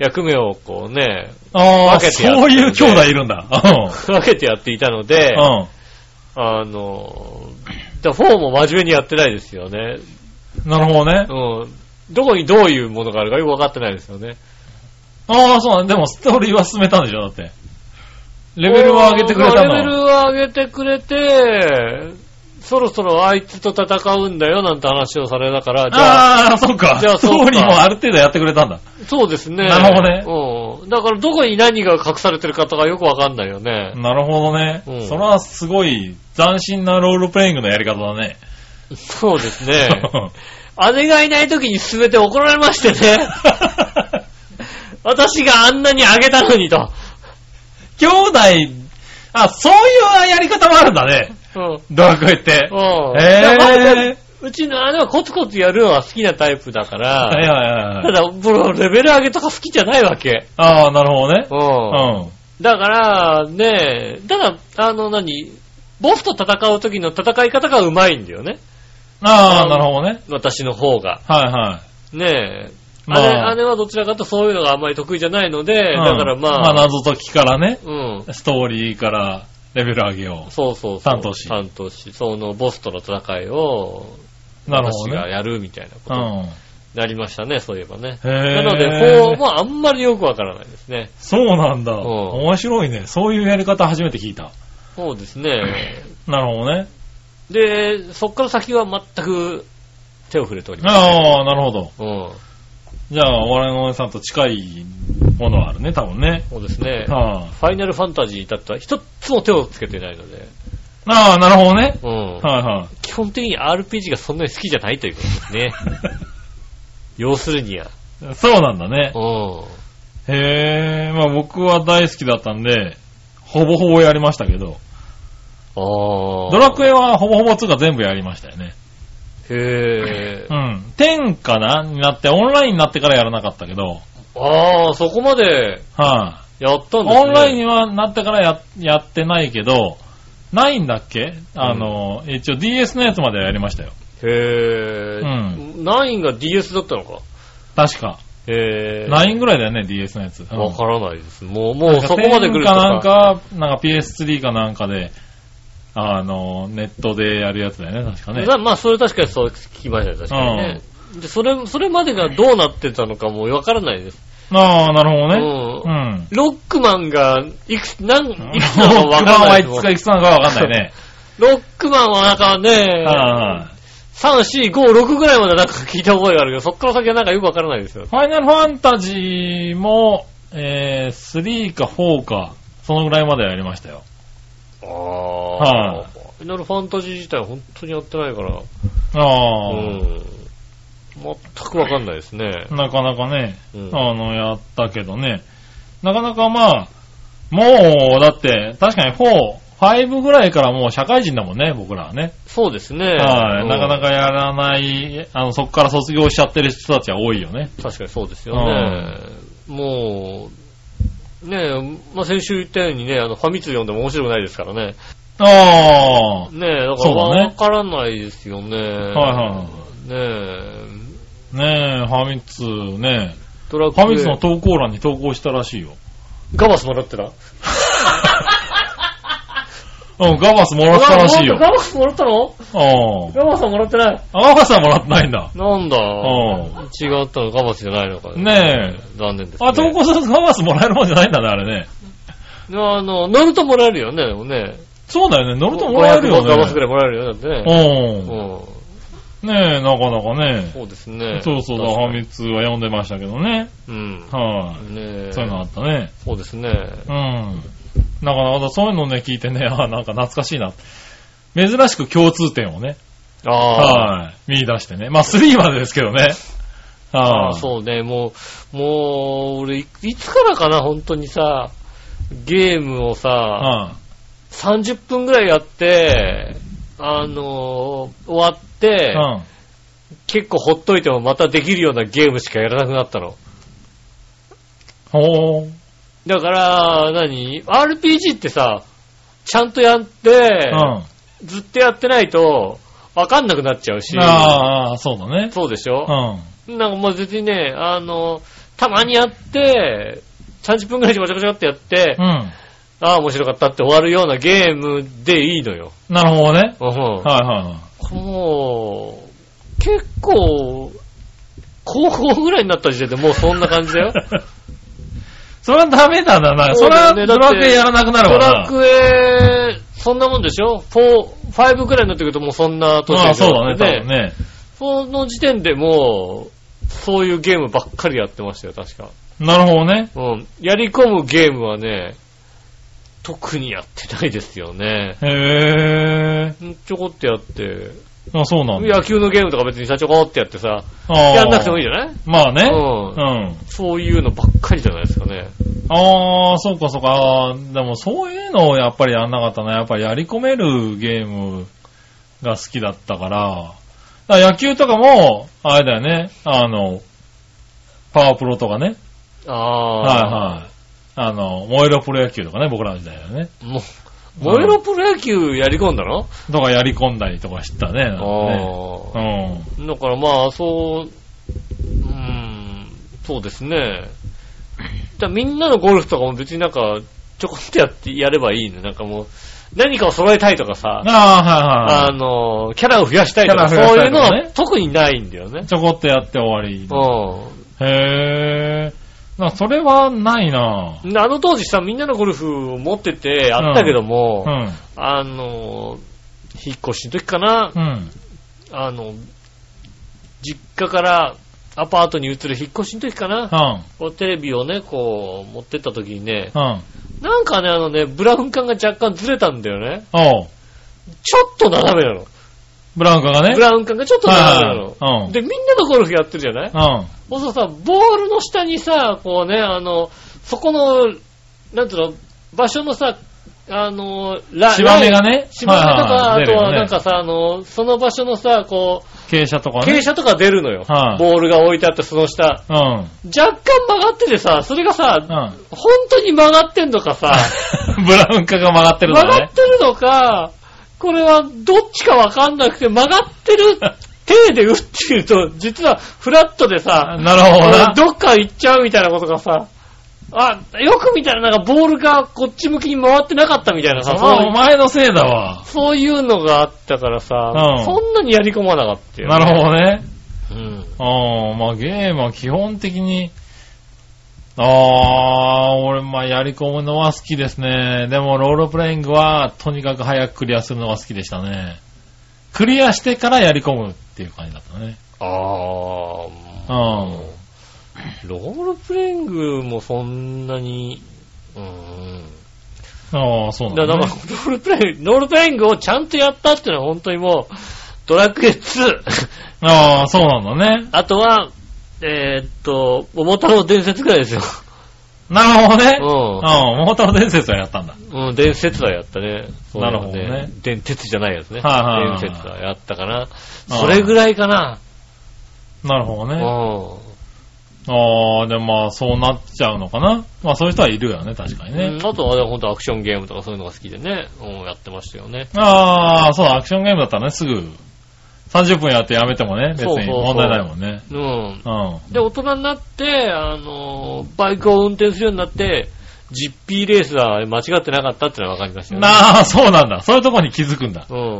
役目をこうね、 あ分けてやって。そういう兄弟いるんだ。 分けてやっていたので、うん、あのー、フォーも真面目にやってないですよね。 なるほどね。 うん。 どこにどういうものがあるかよくわかってないですよね。 ああ、そうなんでもストーリーは進めたんでしょ、だって。レベルを上げてくれたの。 レベルを上げてくれて、そろそろあいつと戦うんだよなんて話をされたから、 じゃあ。ああ、そうか。じゃあ、ストーリーもある程度やってくれたんだ。 そうですね。 なるほどね。 うん。だからどこに何が隠されてるかとかよくわかんないよね。 なるほどね。うん、それはすごい斬新なロールプレイングのやり方だね。 そうですね。姉がいない時に全て怒られましてね。私があんなにあげたのにと。 兄弟、あ、そういうやり方もあるんだね。うん。ドラクエって。うん。 へぇー。うちの姉はコツコツやるのは好きなタイプだから。はいはいはい。ただ、レベル上げとか好きじゃないわけ。 ああ、なるほどね。 うん。うん。だから、ねただ、あの何、ボスと戦う時の戦い方が上手いんだよね。 ああ、なるほどね。 私の方が。 はいはい。 ねえ。まあ、姉, 姉はどちらかとそういうのがあんまり得意じゃないので、うん、だからまあ。 まあ謎解きからね。うん。ストーリーからレベル上げを。 そうそうそう。 担当し。 担当し。そのボスとの戦いを、 なるほどね。 私がやるみたいなことになりましたね、そういえばね。 へなので、こう、まああんまりよくわからないですね。 そうなんだ。うん。面白いね。そういうやり方初めて聞いた。 そうですね。 なるほどね。 で、そっから先は全く手を触れております、 ね。ああ、なるほど。 うん。 じゃあ、お笑いのお姉さんと近いものはあるね、多分ね。 そうですね。はあ、ファイナルファンタジーだったら一つも手をつけていないので。 ああ、なるほどね。 うん。 はいはい。 基本的に アールピージー がそんなに好きじゃないということですね。要するには。 そうなんだね。 うん。 へえ、まあ僕は大好きだったんで、ほぼほぼやりましたけど。 ああ。 ドラクエはほぼほぼつうか全部やりましたよね。 へぇー。 うん。じゅうかなになって、オンラインになってからやらなかったけど。 ああ、そこまで。 はい、 あ、やったんですね。 オンラインにはなってからや、やってないけど、ないんだっけあの、うん、一応 ディーエス のやつまでやりましたよ。 へぇー。うん。ナインが ディーエス だったのか。 確か。 へぇー。 ナインぐらいだよね、ディーエス のやつ。 わ、うん、からないです。もう、もうそこまで来るとか。 なんか、なんか ピーエススリー かなんかで、あの、ネットでやるやつだよね、確かね。 まあ、それ確かにそう聞きましたね、確かにね。うん、で、それ、それまでがどうなってたのかもうわからないです。 ああ、なるほどね。 うん。うん、ロックマンが、いくつ、なん、いくつなのかわからない。ロックマンはいつかいくつなのかわかんないね。 ロックマンはなんかね、さん、よん、ご、ろくぐらいまでなんか聞いた覚えがあるけど、そっから先はなんかよくわからないですよ。 ファイナルファンタジーも、えー、スリーかフォーか、そのぐらいまでやりましたよ。 ああ。 はい、 ファイナルファンタジー自体は本当にやってないから。 ああ。 うん。全くわかんないですね。 なかなかね、うん、あの、やったけどね。なかなかまあ、もう、だって、確かにフォー、ごぐらいからもう社会人だもんね、僕らはね。 そうですね。 はい、うん。なかなかやらない、あの、そこから卒業しちゃってる人たちは多いよね。 確かにそうですよね。うん、もう、ねえ、まあ、先週言ったようにね、あの、ファミ通読んでも面白くないですからね。 ああ。 ねえ、だからわからないですよね。はいはい。 ねえ。 ねえ、ファミ通ね。ファミ通の投稿欄に投稿したらしいよ。 ガバスもらってたうん、ガバスもらったらしいよ。 ガバスもらったの？ うん。 ガバスはもらってない。 あ、ガバスはもらってないんだ。 なんだ。 うん。 違ったの、ガバスじゃないのかね。 ねえ。 残念ですね。 あ、投稿するとガバスもらえるもんじゃないんだね、あれね。 あの、乗るともらえるよね、でもね。 そうだよね、乗るともらえるよね。 ごひゃくガバスくらいもらえるよ、だってね。 うん。うん。ねえ、なかなかね。 そうですね。 そうそうだ、ファミ通は読んでましたけどね。 うん。 はい、 ねそういうのあったね。 そうですね。 うん。なかなかそういうのね、聞いてね、あ、なんか懐かしいな。珍しく共通点をね。 ああ。 はい。見出してね。まあ、スリーまでですけどね。 ああ。そうね、もう、もう、俺、いつからかな、本当にさ、ゲームをさ、 はあ、 さんじゅっぷんぐらいやって、あのー、終わって、 はあ、 結構ほっといてもまたできるようなゲームしかやらなくなったの。 ほー。 だから、何 ?アールピージー ってさ、ちゃんとやって、うん、ずっとやってないと、わかんなくなっちゃうし。 ああ、そうだね。 そうでしょうん。 なんかもう別にね、あの、たまにやって、さんじゅっぷんくらいでバチャバチャってやって、 うん。ああ、面白かったって終わるようなゲームでいいのよ。 なるほどね。 うん。はいはいはい。 もう、結構、 高校ぐらいになった時点でもうそんな感じだよ。 それはダメだな、な。それはドラクエやらなくなるわな。 ドラクエ、そんなもんでしょ ??よん、ごぐらいになってくるともうそんな年でしょ。ああ、そうだね、多分ね。その時点でもう、そういうゲームばっかりやってましたよ、確か。 なるほどね。 うん。やり込むゲームはね、特にやってないですよね。 へー。 ちょこってやって、 あ、そうなんだ。 野球のゲームとか別にさ、ちょこってやってさ、やんなくてもいいじゃない？ まあね。 うん。うん。そういうのばっかりじゃないですかね。 ああ、そうかそうか。でもそういうのをやっぱりやんなかったな。やっぱりやり込めるゲームが好きだったから。だから野球とかも、あれだよね。あの、パワープロとかね。 ああ。 はいはい。あの、燃えろプロ野球とかね、僕らの時代だよね。 もう。燃えろプロ野球やり込んだの？ とかやり込んだりとかしたね。 ああ。うん。だからまあ、そう、うーん、そうですね。じゃあみんなのゴルフとかも別になんか、ちょこっとやってやればいいね。なんかもう、何かを揃えたいとかさ。 ああ、はいはい。 あの、キャラを増やしたいとか、そういうのは特にないんだよね。 ちょこっとやって終わり。うん。へー。な、それはないなぁ。 あの当時さ、みんなのゴルフを持っててあったけども、うんうん、あの、引っ越しの時かな、うん、あの、実家からアパートに移る引っ越しの時かな、うん、こうテレビをね、こう持ってった時にね、うん、なんかね、あのね、ブラウン管が若干ずれたんだよね。 おうちょっと斜めなの。 ブラウン管がね。 ブラウン管がちょっと斜めなの。はいはい、うん、で、みんなのゴルフやってるじゃない？うん。そうさ、ボールの下にさ、こうね、あの、そこの、なんつうの、場所のさ、あの、 ラシマ目がね。 シマ目とか、はいはい、あとはなんかさ、ね、あの、その場所のさ、こう、 傾斜とかね。 傾斜とか出るのよ。はい、ボールが置いてあってその下。うん。若干曲がっててさ、それがさ、うん、本当に曲がってんのかさ、 ブラウン管が曲がってるのか、ね、 曲がってるのか、これはどっちかわかんなくて曲がってる手で打ってると、実はフラットでさ、 なるほどな。 どっか行っちゃうみたいなことがさ、あ、よく見たらなんかボールがこっち向きに回ってなかったみたいなさ、 そうお前のせいだわ。 そういうのがあったからさ、うん、そんなにやり込まなかったよ、 ね。なるほどね。うん。ああ、まあゲームは基本的に、ああ、俺、まあ、やり込むのは好きですね。でも、ロールプレイングは、とにかく早くクリアするのが好きでしたね。クリアしてからやり込むっていう感じだったね。 ああ、うん。ロールプレイングもそんなに、うーん。 ああ、そうなんだ、ね。 だから、ロールプレイング、ロールプレイングをちゃんとやったっていうのは本当にもう、ドラクエツー。 ああ、そうなんだね。 あとは、えー、っと、桃太郎伝説ぐらいですよ。 なるほどね。うん。うん。桃太郎伝説はやったんだ。 うん、伝説はやったね。 なるほどね。 伝説じゃないやつね。 はいはいはい。 伝説はやったかな。それぐらいかな。 なるほどね。うん。ああ、でもまあ、そうなっちゃうのかな。まあ、そういう人はいるよね、確かにね。 うん、あとは、ほんとアクションゲームとかそういうのが好きでね、うん、やってましたよね。 ああ、そう、アクションゲームだったらね、すぐ。さんじゅっぷんやってやめてもね、別に問題ないもんね。 そうそうそう。うん。うん。で、大人になって、あの、バイクを運転するようになって、ジッピー レースは間違ってなかったってのは分かりましたよね。 ああ、そうなんだ。そういうとこに気づくんだ。 うん。うん。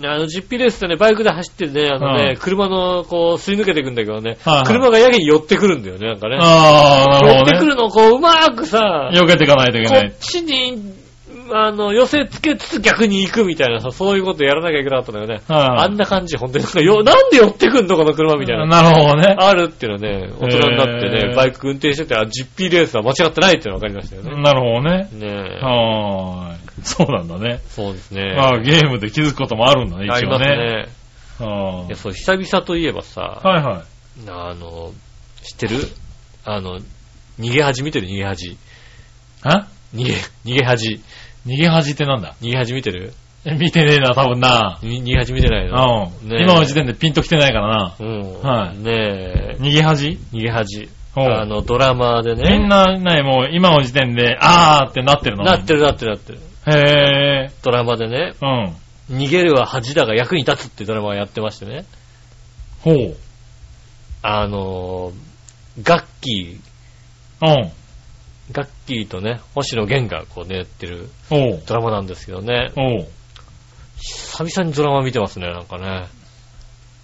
あの、ジッピー レースってね、バイクで走ってね、あのね、うん、車の、こう、すり抜けていくんだけどね、はいはい、車がやけに寄ってくるんだよね、なんかね。 ああ、なるほど、ね。 寄ってくるのをこう、うまーくさ、 避けていかないといけない。 こっちに、あの、寄せつけつつ逆に行くみたいなさ、そういうことやらなきゃいけなかったんだよね。はい、あんな感じ、本当になんかよ、なんで寄ってくんのこの車みたいな。 なるほどね。 あるっていうのはね、大人になってね、バイク運転してて、あ、ジッピー レースは間違ってないっていうのが分かりましたよね。 なるほどね。 ねえ。 はーい。そうなんだね。 そうですね。 まあ、ゲームで気づくこともあるんだね、一応ね。ありますね。 はあ。いや、そう、久々といえばさ、 はいはい。 あの、知ってる？あの、逃げ恥見てる逃げ恥。 は？ 逃げ、逃げ恥。 逃げ恥ってなんだ？ 逃げ恥見てる？ え、見てねえな、多分な。 逃げ恥見てないの？ うん。ね、今の時点でピンと来てないからな。 うん。 はい。 ねえ。 逃げ恥？ 逃げ恥。あの、ドラマでね。 みんな、ね、もう今の時点で、あーってなってるの？ なってるなってるなってる。 へー。 ドラマでね。 うん。 逃げるは恥だが役に立つってドラマをやってましてね。 ほう。 あの、ガッキー。うん。 ガッキーとね、星野源がこうね、やってるドラマなんですけどね。 おう。 久々にドラマ見てますね、なんかね。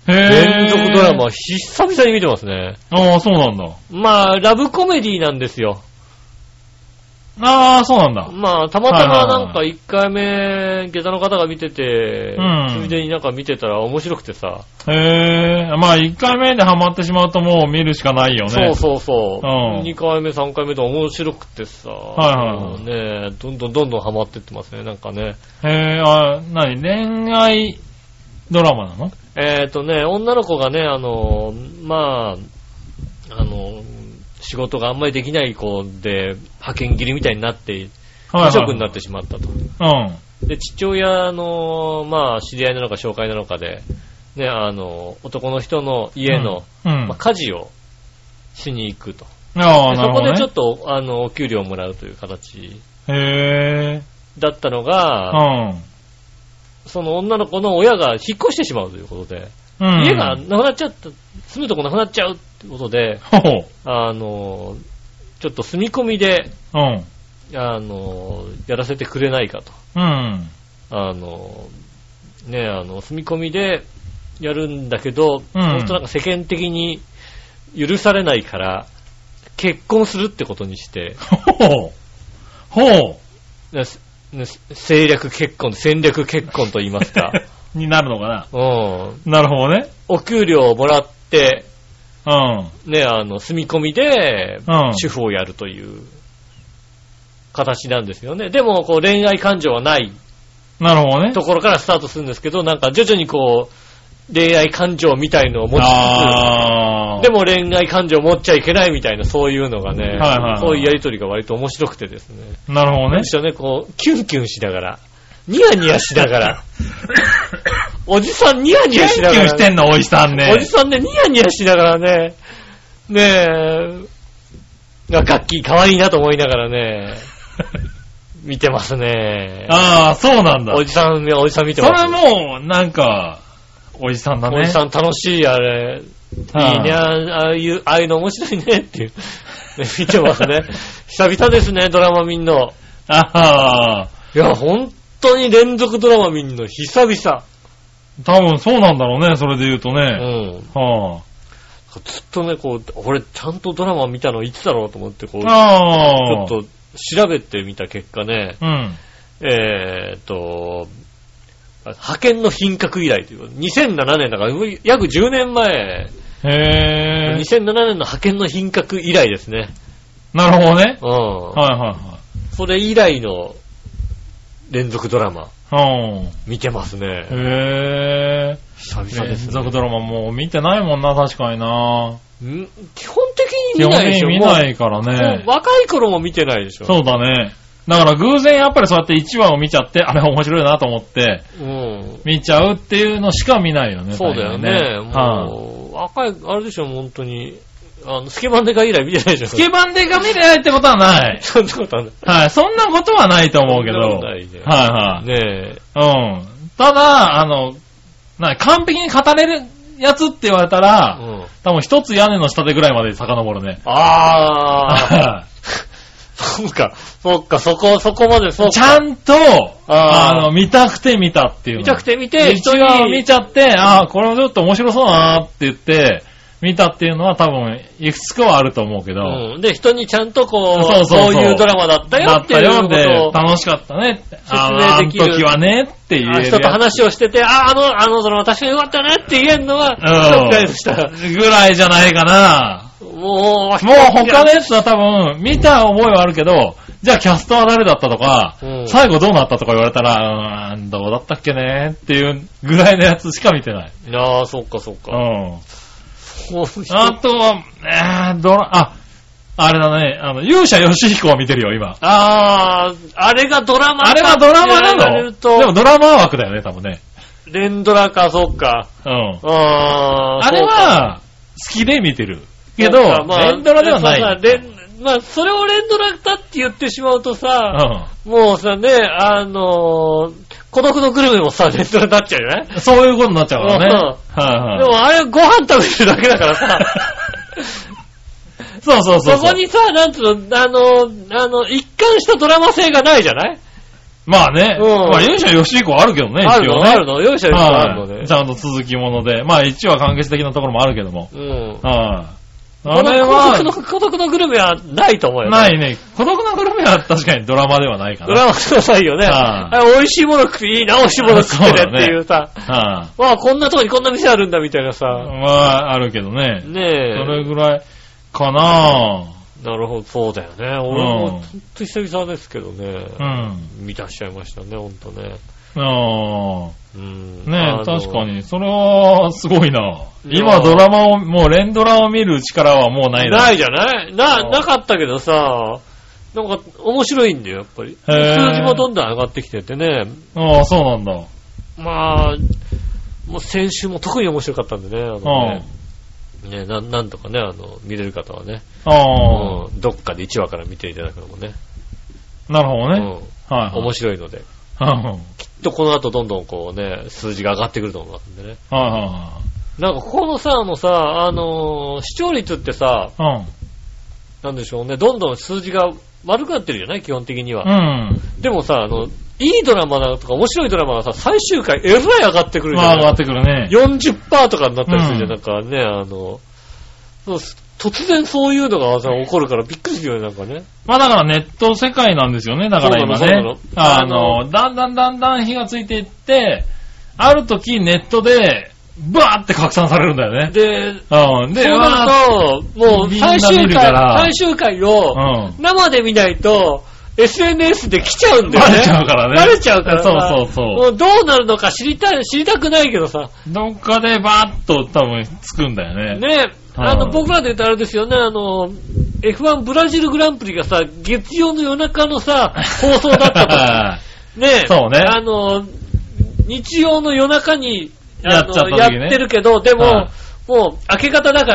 連続ドラマ、久々に見てますね。 ああ、そうなんだ。 まあ、ラブコメディなんですよ。 ああ、そうなんだ。 まあ、たまたまなんかいっかいめ、下駄の方が見てて、 うん。 ついでになんか見てたら面白くてさ。 へえ、まあいっかいめでハマってしまうともう見るしかないよね。 そうそうそう。 うん。 にかいめ、さんかいめと面白くてさ。 はいはいはい。 ねえ、どんどんどんどんハマってってますね、なんかね。 へえ、あ、なに、恋愛ドラマなの？ えっとね、女の子がね、あの、まあ、あの、仕事があんまりできない子で、派遣切りみたいになって、無職になってしまったと。うん。で、父親の、まあ、知り合いなのか紹介なのかで、ね、あの、男の人の家の、うんうんまあ、家事をしに行くと。ああ、なるほどね。そこでちょっと、あの、お給料をもらうという形。へー。だったのが、うん。その女の子の親が引っ越してしまうということで、うん、家がなくなっちゃった、住むとこなくなっちゃうってことで、あの、ちょっと住み込みで、うん、あの、やらせてくれないかと。うん、あの、ね、あの、住み込みでやるんだけど、うん、本当なんか世間的に許されないから、結婚するってことにして、ほう。ほう。政略結婚、戦略結婚と言いますか。 になるのかな。 うん。 なるほどね。 お給料をもらって、うん。ね、あの、住み込みで、うん。主婦をやるという形なんですよね。でも、こう、恋愛感情はない。 なるほどね。 ところからスタートするんですけど、なんか徐々にこう、恋愛感情みたいのを持ちつつ、でも恋愛感情を持っちゃいけないみたいな、そういうのがね、はいはいはい、そういうやりとりが割と面白くてですね。 なるほどね。 一緒ね、こう、キュンキュンしながら、ニヤニヤしながら、おじさんニヤニヤしながら、 キュンキュンしてんの、おじさんね。 おじさんね、ニヤニヤしながらね、ねえ、ガッキー可愛いなと思いながらね、見てますね。 ああ、そうなんだ。 おじさん、おじさん見てます。 それもう、なんか、おじさんだね。 おじさん楽しい、あれ。いいね、ああいう、ああいうの面白いねっていう。見てますね。久々ですね、ドラマ見んの。ああ。いや、本当に連続ドラマ見んの、久々。 多分そうなんだろうね、それで言うとね。うん。はあ。ずっとね、こう、俺、ちゃんとドラマ見たのいつだろうと思って、こう、ああ。ちょっと調べてみた結果ね。うん。えーっと、派遣の品格以来という。にせんななねんだから約じゅうねんまえ。へー。にせんななねんの派遣の品格以来ですね。 なるほどね。 うん。はいはいはい。それ以来の連続ドラマ。うん。見てますね。 へー。 久々ですね。 連続ドラマもう見てないもんな、確かにな。 ん基本的に見ないでしょ。 基本的に見ないからね。 若い頃も見てないでしょ。 そうだね。だから偶然やっぱりそうやっていちわを見ちゃって、あれ面白いなと思って、うん、見ちゃうっていうのしか見ないよね。 そうだよね。ねもう、はあ、若い、あれでしょ、本当に。あの、スケバンデカ以来見てないでしょ。 スケバンデカ見てないってことはない。 そんなことはない。 はい、そんなことはないと思うけど。ないね。はいはい。ねえ。うん。ただ、あの、な完璧に語れるやつって言われたら、うん、多分一つ屋根の下でぐらいまで遡るね。 あー。そうか、そうか、そこ、そこまでそうか。 ちゃんと、あの、見たくて見たっていう。 見たくて見て、 人が見ちゃって、ああ、これもちょっと面白そうだなって言って、見たっていうのは多分、いくつかはあると思うけど。 うん。で、人にちゃんとこう、そうそうそう、そういうドラマだったよっていうことを。だったよで、楽しかったねって。説明できる。あの時はねっていう。 人と話をしてて、ああ、あの、あのドラマ確かによかったねって言えるのは、うん。ぐらいでした。 ぐらいじゃないかな。もう、もう他のやつは多分、見た覚えはあるけど、じゃあキャストは誰だったとか、うん、最後どうなったとか言われたら、うーん、どうだったっけねっていうぐらいのやつしか見てない。 ああ、そっかそっか。うん。 あとは、えー、ドラ、あ、あれだね、あの、勇者ヨシヒコを見てるよ、今。 ああ、あれがドラマあれはドラマなの？でもドラマ枠だよね、多分ね。 連ドラか、そっか。うん。 ああ、あれは、好きで見てる。けど、まあ、連ドラではない。 まあ、それを連ドラだって言ってしまうとさ、うん、もうさ、ね、あのー、孤独のグルメもさ、連ドラになっちゃうじゃない？ そういうことになっちゃうからね。うんはいはい、 でもあれご飯食べてるだけだからさ、 そうそうそうそう。 そこにさ、なんつうの、あの、あの、一貫したドラマ性がないじゃない？ まあね。うん、まあ勇者ヨシヒコあるけどね、 一応ね。あるの、勇者ヨシヒコあるのね。 ちゃんと続きもので。まあいちわ完結的なところもあるけども。うん。はい。 あれは、孤独の、孤独のグルメはないと思うよね。 ないね。孤独のグルメは確かにドラマではないかな。 ドラマではないよね。ああ美味しいもの食っていいな、美味しいもの食ってねっていうさ。ああまあこんなとこにこんな店あるんだみたいなさ。まあ、あるけどね。 ねえ。 それぐらいかななるほど、そうだよね。俺もほんと久々ですけどね。うん。見出しちゃいましたね、ほんとね。 ああ。うん、ねえ、確かに。それは、すごいな。今ドラマを、もう連ドラを見る力はもうないな。 ないじゃないな、なかったけどさ、なんか面白いんだよ、やっぱり。数字もどんどん上がってきててね。 ああ、そうなんだ。 まあ、もう先週も特に面白かったんでね。あのね、ねな、なんとかね、あの、見れる方はね。ああ、うん。どっかでいちわから見ていただくのもね。 なるほどね。 うん。はい、はい。面白いので。きっとこの後どんどんこうね、数字が上がってくると思いますんでね。はいはいはい。なんかここのさ、あのさ、あのー、視聴率ってさ、うん。なんでしょうね、どんどん数字が悪くなってるじゃない基本的には。うん。でもさ、あの、いいドラマだとか面白いドラマがさ、最終回えらい上がってくるじゃん。 上がってくるね。 よんじゅっパーセント とかになったりするじゃん。うん、なんかね、あの、突然そういうのが起こるからびっくりするよね、なんかね。 まあだからネット世界なんですよね、だから今ね。あの、だんだんだんだん火がついていって、ある時ネットで、バーって拡散されるんだよね。 で、うん。で、そうなると、もう最終回、最終回を生で見ないと、エスエヌエス で来ちゃうんだよね。 バレちゃうからね。 バレちゃうからさ。そうそうそう。もうどうなるのか知りたい、知りたくないけどさ。 どっかでバーッと多分つくんだよね。 ね。あの、僕らで言うとあれですよね、あの、エフワン ブラジルグランプリがさ、月曜の夜中のさ、放送だったと。ね。 そうね。 あの、日曜の夜中に、あの、や, ね、やってるけど、でも、はい、もう、明け方だから、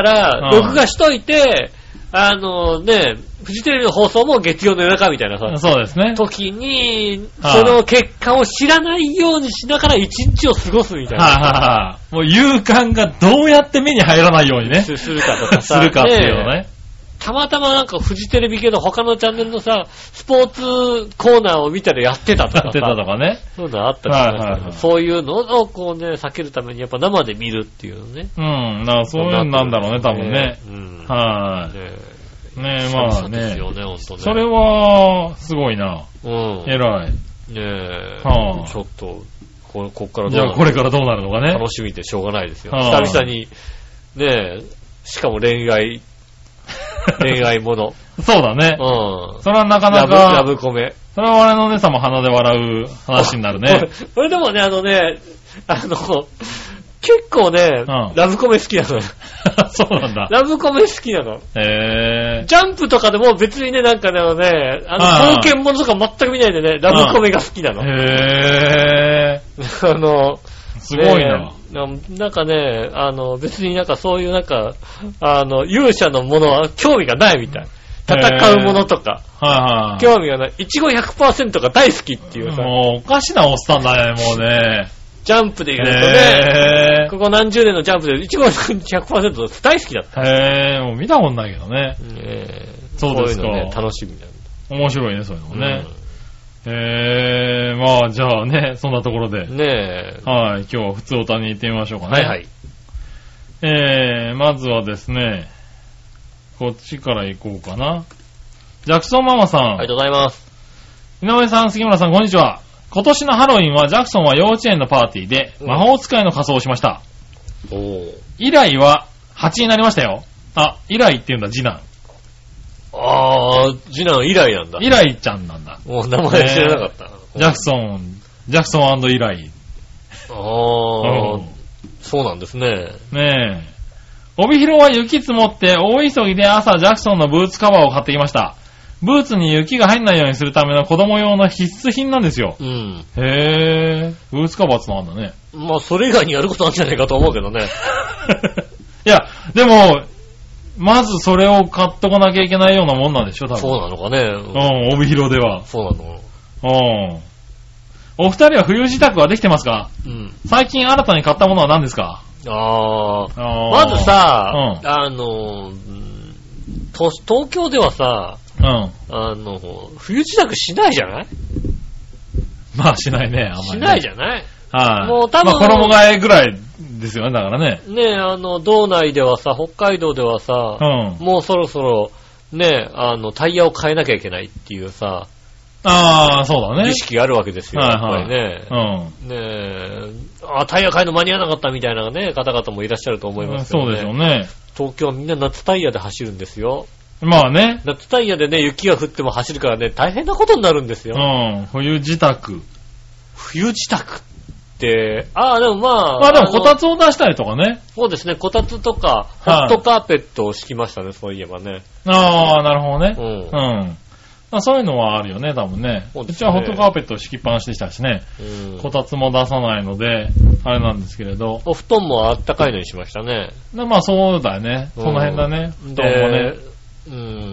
録画しといて、あのね、フジテレビの放送も月曜の夜中みたいなさ、 そうですね。 時に、その結果を知らないようにしながら一日を過ごすみたいな。はははもう勇敢がどうやって目に入らないようにね。 するかとかさ。 するかっていうのね。 たまたまなんかフジテレビ系の他のチャンネルのさ、スポーツコーナーを見たらやってたとかさ。 やってたとかね。 そういうのあったりしますけど、はいはいはい、そういうのをこうね、避けるためにやっぱ生で見るっていうのね。 うん、なそういうのなんだろうね、多分ね。うん、はい、ねねえ、まあね。ですよね、ほんとね。それは、すごいな。うん。偉い。 ねえ。はあ、ちょっと、こ、こっからどうなるじゃあこれからどうなるのかね。 楽しみでしょうがないですよ。はあ、久々に、ねえ、しかも恋愛、恋愛もの。 そうだね。うん。それはなかなか。 ラブ、ラブコメ。 それは我のお姉さんも鼻で笑う話になるね。 これでもね、あのね、あの、結構ね、うん、ラブコメ好きなのよ。 そうなんだ。 ラブコメ好きなの。へー。ジャンプとかでも別にね、なんかね、あの、冒険物とか全く見ないでね、ラブコメが好きなの。へー。あの、 すごいな。 なんかね、あの、別になんかそういうなんか、あの、勇者のものは興味がないみたい。戦うものとか、はいはい、興味がない。いちご ひゃくパーセント が大好きっていうさ。 もうおかしなおっさんだね、もうね。 ジャンプで言うとね、ここ何十年のジャンプでいちご ひゃくパーセント 大好きだった。 へぇー、もう見たことないけどね。えー、そうですか。 そういうのね、楽しみなんだ。 面白いね、そういうのもね。うん、えー、まあじゃあね、そんなところで。ねえ。はい、今日は普通歌に行ってみましょうかね。はいはい。えー、まずはですね、こっちから行こうかな。ジャクソンママさん。ありがとうございます。 井上さん、杉村さん、こんにちは。今年のハロウィンはジャクソンは幼稚園のパーティーで魔法使いの仮装をしました。おー。以来ははちになりましたよ。あ、以来って言うんだ、次男。 あー、次男以来なんだ。 以来ちゃんなんだ。 もう名前知らなかった。 ジャクソン、ジャクソン&以来。 あー、そうなんですね。 ねえ。帯広は雪積もって大急ぎで朝ジャクソンのブーツカバーを買ってきました。ブーツに雪が入んないようにするための子供用の必須品なんですよ。うん。へー。ブーツカバーってのあんだね。 まあ、それ以外にやることなんじゃないかと思うけどね。 いや、でも、まずそれを買っとかなきゃいけないようなもんなんでしょ、多分。 そうなのかね。 うん、帯広では。 そうなの。 うん。お二人は冬支度はできてますか？うん。最近新たに買ったものは何ですか？ああ。まずさ、うん、あの、東京ではさ、うん。あの、冬支度しないじゃない？ まあしないね、あんまり、ね。 しないじゃない？ はい、 もう多分。 まあ衣替えぐらいですよね、だからね。 ねえ、あの、道内ではさ、北海道ではさ、うん、もうそろそろ、ねえ、あの、タイヤを変えなきゃいけないっていうさ、 ああ、そうだね。 意識があるわけですよ、はいはい、やっぱりね。うん。ねえ、あ、タイヤ変えるの間に合わなかったみたいなね、方々もいらっしゃると思いますけどね。 そうでしょうね。 東京はみんな夏タイヤで走るんですよ。 まあね。 夏タイヤでね、雪が降っても走るからね、大変なことになるんですよ。 うん。冬支度。 冬支度って、ああ、でもまあ。 まあでもこたつを出したりとかね。 そうですね、こたつとか、ホットカーペットを敷きましたね、そういえばね。 ああ、なるほどね。 うん。 うん。まあ、そういうのはあるよね、多分ね。う, ねうちはホットカーペットを敷きっぱなしでしたしね。うん。こたつも出さないので、あれなんですけれど。 お布団もあったかいのにしましたね。 でまあそうだよね。その辺だね。 布団もね。うん、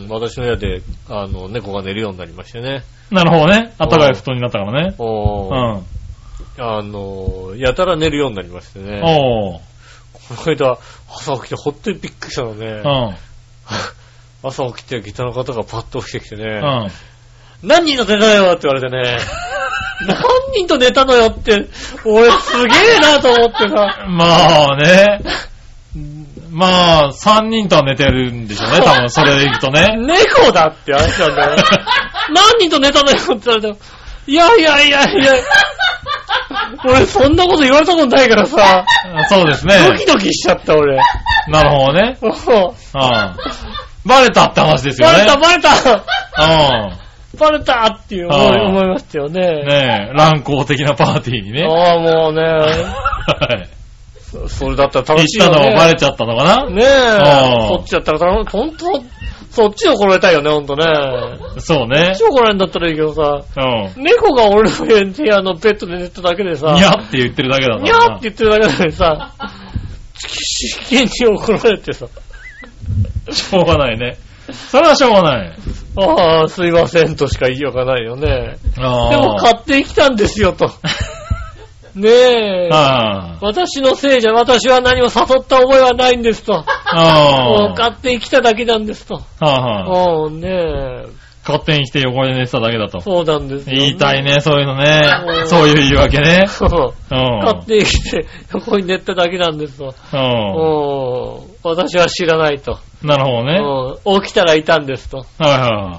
私の部屋で、あの、猫が寝るようになりましてね。 なるほどね。あったかい布団になったからね。 おー。うん。あの、やたら寝るようになりましてね。 おー。 この間、朝起きてほっとにびっくりしたのね。うん。朝起きてギターの方がパッと起きてきてね。うん。何人と寝たのよって言われてね。何人と寝たのよって、俺すげえなと思ってさ。 まあね。まあ、三人とは寝てるんでしょうね、多分それでいくとね。 猫だって話なんだよ。何人と寝たのよって言われて。いやいやいやいや。俺そんなこと言われたことないからさ。 そうですね。 ドキドキしちゃった俺。 なるほどね。ああバレたって話ですよね。 バレたバレた。うん。バレたっていう思い、思いましたよね。 ねえ、乱行的なパーティーにね。 ああ、もうね。はい。そ, それだったら楽しいよね。 行ったのバレちゃったのかなねえ。そっちだったら楽しい。ほんと、そっちを怒られたいよね、ほんとね。 そうね。 そっちを怒られるんだったらいいけどさ。うん。猫が俺の部屋のベッドで寝ただけでさ。 にゃって言ってるだけだな。 にゃって言ってるだけなのにさ。真剣に怒られてさ。 しょうがないね。それはしょうがない。 ああ、すいませんとしか言いようがないよね。あでも勝手に来たんですよと。ねえ。あ私のせいじゃ、私は何も誘った覚えはないんですと。あ勝手に来ただけなんですと。ああねえ。 勝手に来て横で寝てただけだと。 そうなんですよ、ね。 言いたいね、そういうのね。そういう言い訳ね。 勝手に来て横に寝ただけなんですと。私は知らないと。 なるほどね。起きたらいたんですと。 はいはい。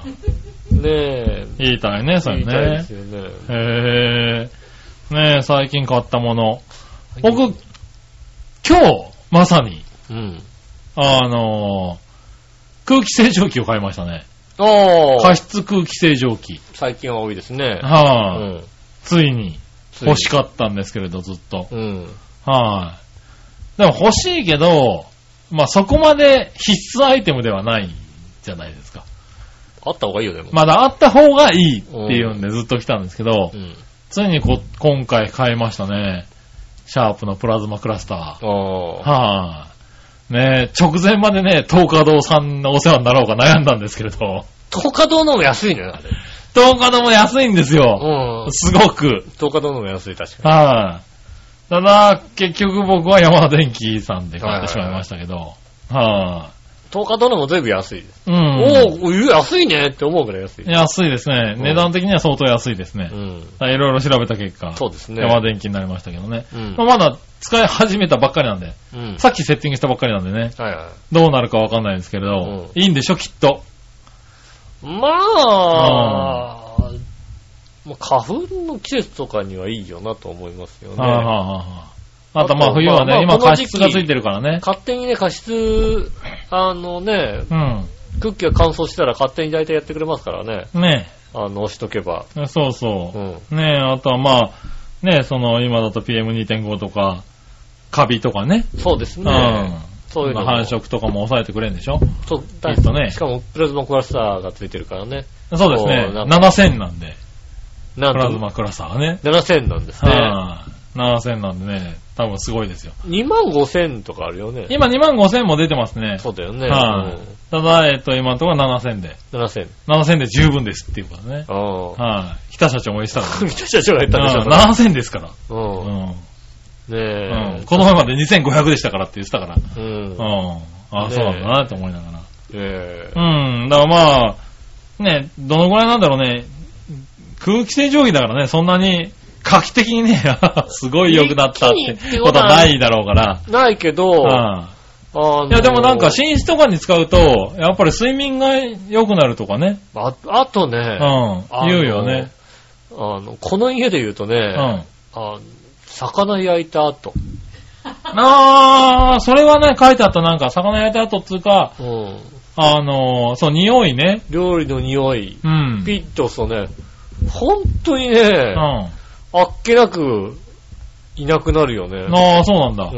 ねえ。 言いたいね、それね。 言いたいですよね。 へえ。ねえ、最近買ったもの。僕、今日、まさに、うん、あのー、空気清浄機を買いましたね。 おー。 加湿空気清浄機。 最近は多いですね。 はい、あうん、ついに欲しかったんですけれど、ずっと。うん、はい、あ、でも欲しいけど、まあ、そこまで必須アイテムではないじゃないですか。 あった方がいいよね。 まだあった方がいいっていうんでずっと来たんですけど、うん、ついにこ今回買いましたね。シャープのプラズマクラスター。はい、あ、ねえ、直前までね、東華堂さんのお世話になろうか悩んだんですけれど。 東華堂のも安いね、あれ。 東華堂も安いんですよ。うん。すごく。 東華堂のも安い、確かに。 はい、あ、ただ、結局僕はヤマダ電機さんで買ってしまいましたけど。はい、あ、 東華堂のも全部安いです。うん。おー、安いねって思うくらい安い。 安いですね。値段的には相当安いですね。うん。いろいろ調べた結果。 そうですね。 ヤマダ電機になりましたけどね。うん。まあ、まだ使い始めたばっかりなんで。うん。さっきセッティングしたばっかりなんでね。はいはい。どうなるかわかんないんですけれど。うん。いいんでしょ、きっと。 まあ、うん、まあ、花粉の季節とかにはいいよなと思いますよね。はあはあはあ。あとまあ冬はね、まあ、今加湿がついてるからね。 勝手にね、加湿、あのね、うん、空気が乾燥したら勝手に大体やってくれますからね。ね。あの、押しとけば。 そうそう。うん、ね、あとはまあ、ね、その今だと ピーエムにてんご とか、カビとかね。 そうですね。うん。 そういうの繁殖とかも抑えてくれるんでしょ。 そう、だとね。しかもプラズマクラスターがついてるからね。 そうですね。ななせんなんで。なんプラズマクラスターがね。 ななせんなんですね。 ななせんなんでね、多分すごいですよ。 にまんごせんとかあるよね。 今にまんごせんも出てますね。 そうだよね。 はい、うん、ただ、えっと、今のところななせんで。 ななせん。 ななせんで十分ですっていうことね。はい。北社長も言ってたのね。北社長が言ったんでしょ。 ななせんですから。うん。うん、 ねえ、 うん。この前までにせんごひゃくでしたからって言ってたから。うん。うん。ああ、そうなんだなって思いながら。ええ。うん。だからまあ、ね、どのぐらいなんだろうね。 空気清浄機だからね、そんなに画期的にね、すごい良くなったってことはないだろうから。 ないけど、うん、 あのー、いやでもなんか寝室とかに使うと、やっぱり睡眠が良くなるとかね。 あ, あとね、 うん、言うよね。 あの、この家で言うとね、うん、あ魚焼いた後。 あー、それはね、書いてあったなんか、魚焼いた後っていうか、うん、あのー、そう、匂いね。 料理の匂い。 うん。 ピッとそうね、本当にね、うん、あっけなくいなくなるよね。 ああ、そうなんだ。 うん。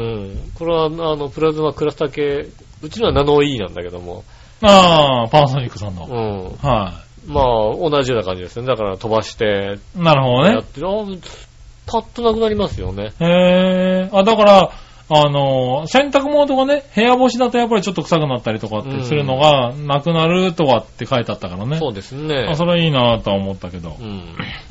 これは、あの、プラズマクラスタ系、うちのはナノイーなんだけども。 ああ、パナソニックさんの。 うん。 はい。 まあ、同じような感じですね。だから飛ばして。 なるほどね。 やってあパッとなくなりますよね。 へえ。あ、だから、あの、洗濯物とかね、部屋干しだとやっぱりちょっと臭くなったりとかってするのが、なくなるとかって書いてあったからね。 そうですね。 あ、それはいいなとは思ったけど。 うん。 うん。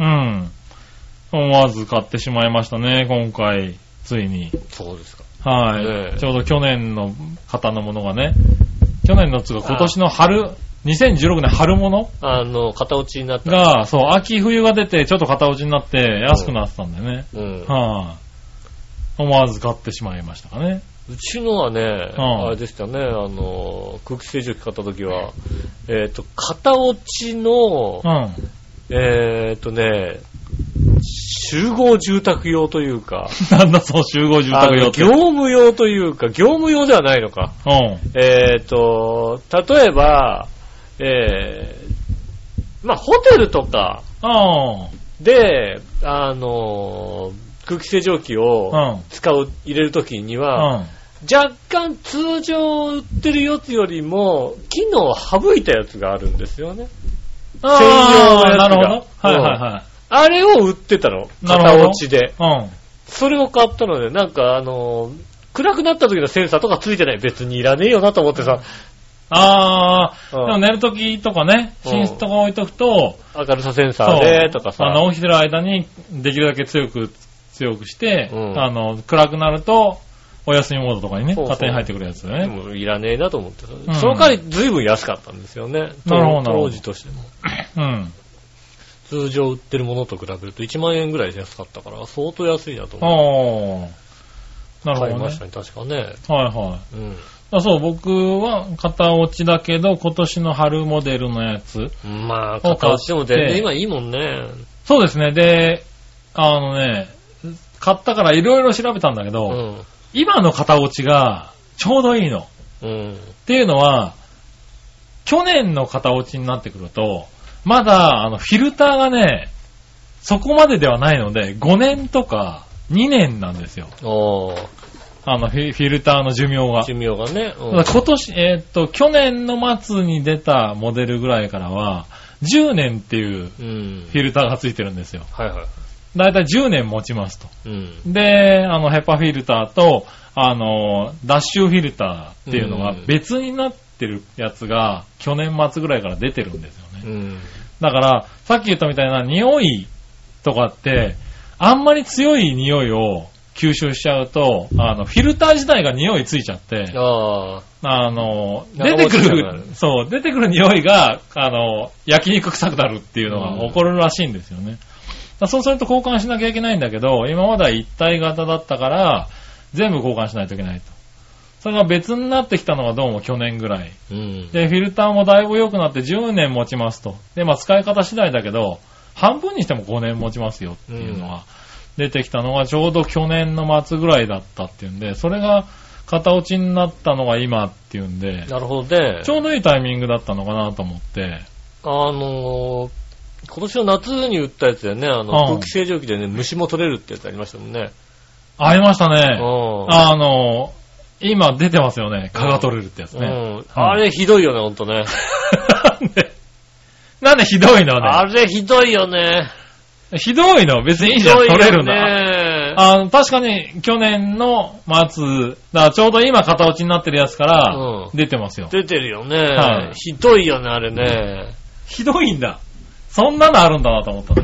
思わず買ってしまいましたね、今回、ついに。 そうですか。 はい、ね。ちょうど去年の型のものがね、去年のつうか今年の春、にせんじゅうろくねん春物あの、型落ちになった。 が、そう、秋冬が出て、ちょっと型落ちになって安くなってたんだよね。 うん。 はい、思わず買ってしまいましたかね。 うちのはね、うん、あれでしたね、あの、空気清浄機買った時は、えっと、型落ちの、 うん、 えっとね、集合住宅用というか。 なんだそう、集合住宅用って。 業務用というか、業務用ではないのか。 うん、 えっと、例えば、えー、まあ、ホテルとかで、あの、空気清浄機を使う、うん、入れるときには、うん、若干通常売ってるやつよりも、機能を省いたやつがあるんですよね。専用のやつが。 なるほど。はいはいはい。 あれを売ってたの。型落ちで。 うん。 それを買ったので、なんかあの、暗くなった時のセンサーとかついてない。別にいらねえよなと思ってさ。 あー、うん、でも寝る時とかね、寝室とか置いとくと、 明るさセンサーでとかさ。 あの、起きてる間にできるだけ強く、強くして、うん、あの、暗くなると、お休みモードとかにね、そうそう勝手に入ってくるやつだね。 もういらねえなと思って、うん、その代わり随分安かったんですよね。 なるほど。 当時としても。 うん。 通常売ってるものと比べるといちまんえんぐらい安かったから、相当安いなと思って。 ああ。なるほど、ね。 買いましたね、確かね。 はいはい。 うん。 あ、そう、僕は型落ちだけど、今年の春モデルのやつ。 まあ、型落ちでも全然今いいもんね。 そうですね。で、あのね、買ったからいろいろ調べたんだけど、うん、今の型落ちがちょうどいいの。 うん、 っていうのは、去年の型落ちになってくると、まだあのフィルターがね、そこまでではないので、ごねんとかにねんなんですよ。 おー。 あのフィ、フィルターの寿命が。 寿命がね。 うん、今年、えーっと、去年の末に出たモデルぐらいからは、じゅうねんっていうフィルターがついてるんですよ。 うん、はいはい。 だいたいじゅうねん持ちますと。 うん、 で、あの、ヘパフィルターと、あの、ダッシュフィルターっていうのが別になってるやつが、去年末ぐらいから出てるんですよね。 うん、 だから、さっき言ったみたいな匂いとかって、あんまり強い匂いを吸収しちゃうと、あの、フィルター自体が匂いついちゃって、 ああの、出てくる、そう、出てくる匂いが、あの、焼肉臭くなるっていうのが起こるらしいんですよね。うん、そうすると交換しなきゃいけないんだけど、今までは一体型だったから、全部交換しないといけないと。それが別になってきたのがどうも去年ぐらい。 うん、 で、フィルターもだいぶ良くなってじゅうねん持ちますと。で、まあ使い方次第だけど、半分にしてもごねん持ちますよっていうのが出てきたのがちょうど去年の末ぐらいだったっていうんで、それが型落ちになったのが今っていうんで、 なるほどね。 ちょうどいいタイミングだったのかなと思って。 あのー、今年の夏に売ったやつでね、あの、うん、空気清浄機でね、虫も取れるってやつありましたもんね。 ありましたね。 うん、 あのー、今出てますよね。蚊が取れるってやつね。 うんうん、あれひどいよね、ほんとね。 なんでなんでひどいのね。 あれひどいよね。 ひどいの別にいいじゃん。取れるんだ。 あの確かに去年の末、だからちょうど今型落ちになってるやつから出てますよ。 うん、出てるよね、 はい。 ひどいよね、あれね。 ひどいんだ。そんなのあるんだなと思ったのよ。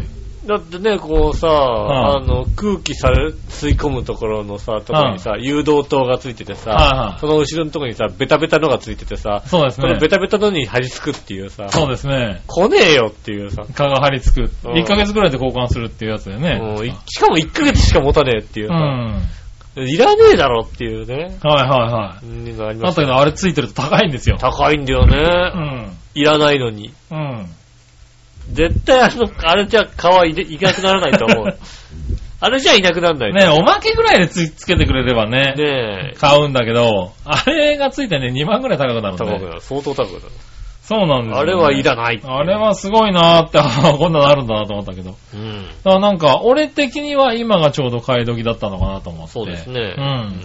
だってね、こうさ、あの、空気され、吸い込むところのさ、ところにさ、誘導灯がついててさ、その後ろのところにさ、ベタベタのがついててさ、 そうですね。 そのベタベタのに張り付くっていうさ、 そうですね。 来ねえよっていうさ。 蚊が張り付く。いっかげつくらいで交換するっていうやつだよね。 しかもいっかげつしか持たねえっていうさ。うん。いらねえだろっていうね。 はいはいはい。あったけど、あれついてると高いんですよ。 高いんだよね。うん。いらないのに。うん。絶対あの、あれじゃ蚊はいなくならないと思う。あれじゃいなくならないねえ、おまけぐらいでつつけてくれればね。 ねえ。 買うんだけど、あれがついてね、にまんぐらい高くなるんだね。 高くなる。相当高くなる。 そうなんですよ、ね。 あれはいらない。 あれはすごいなーって、こんなのあるんだなと思ったけど。うん。だからなんか、俺的には今がちょうど買い時だったのかなと思って。 そうですね。 うん。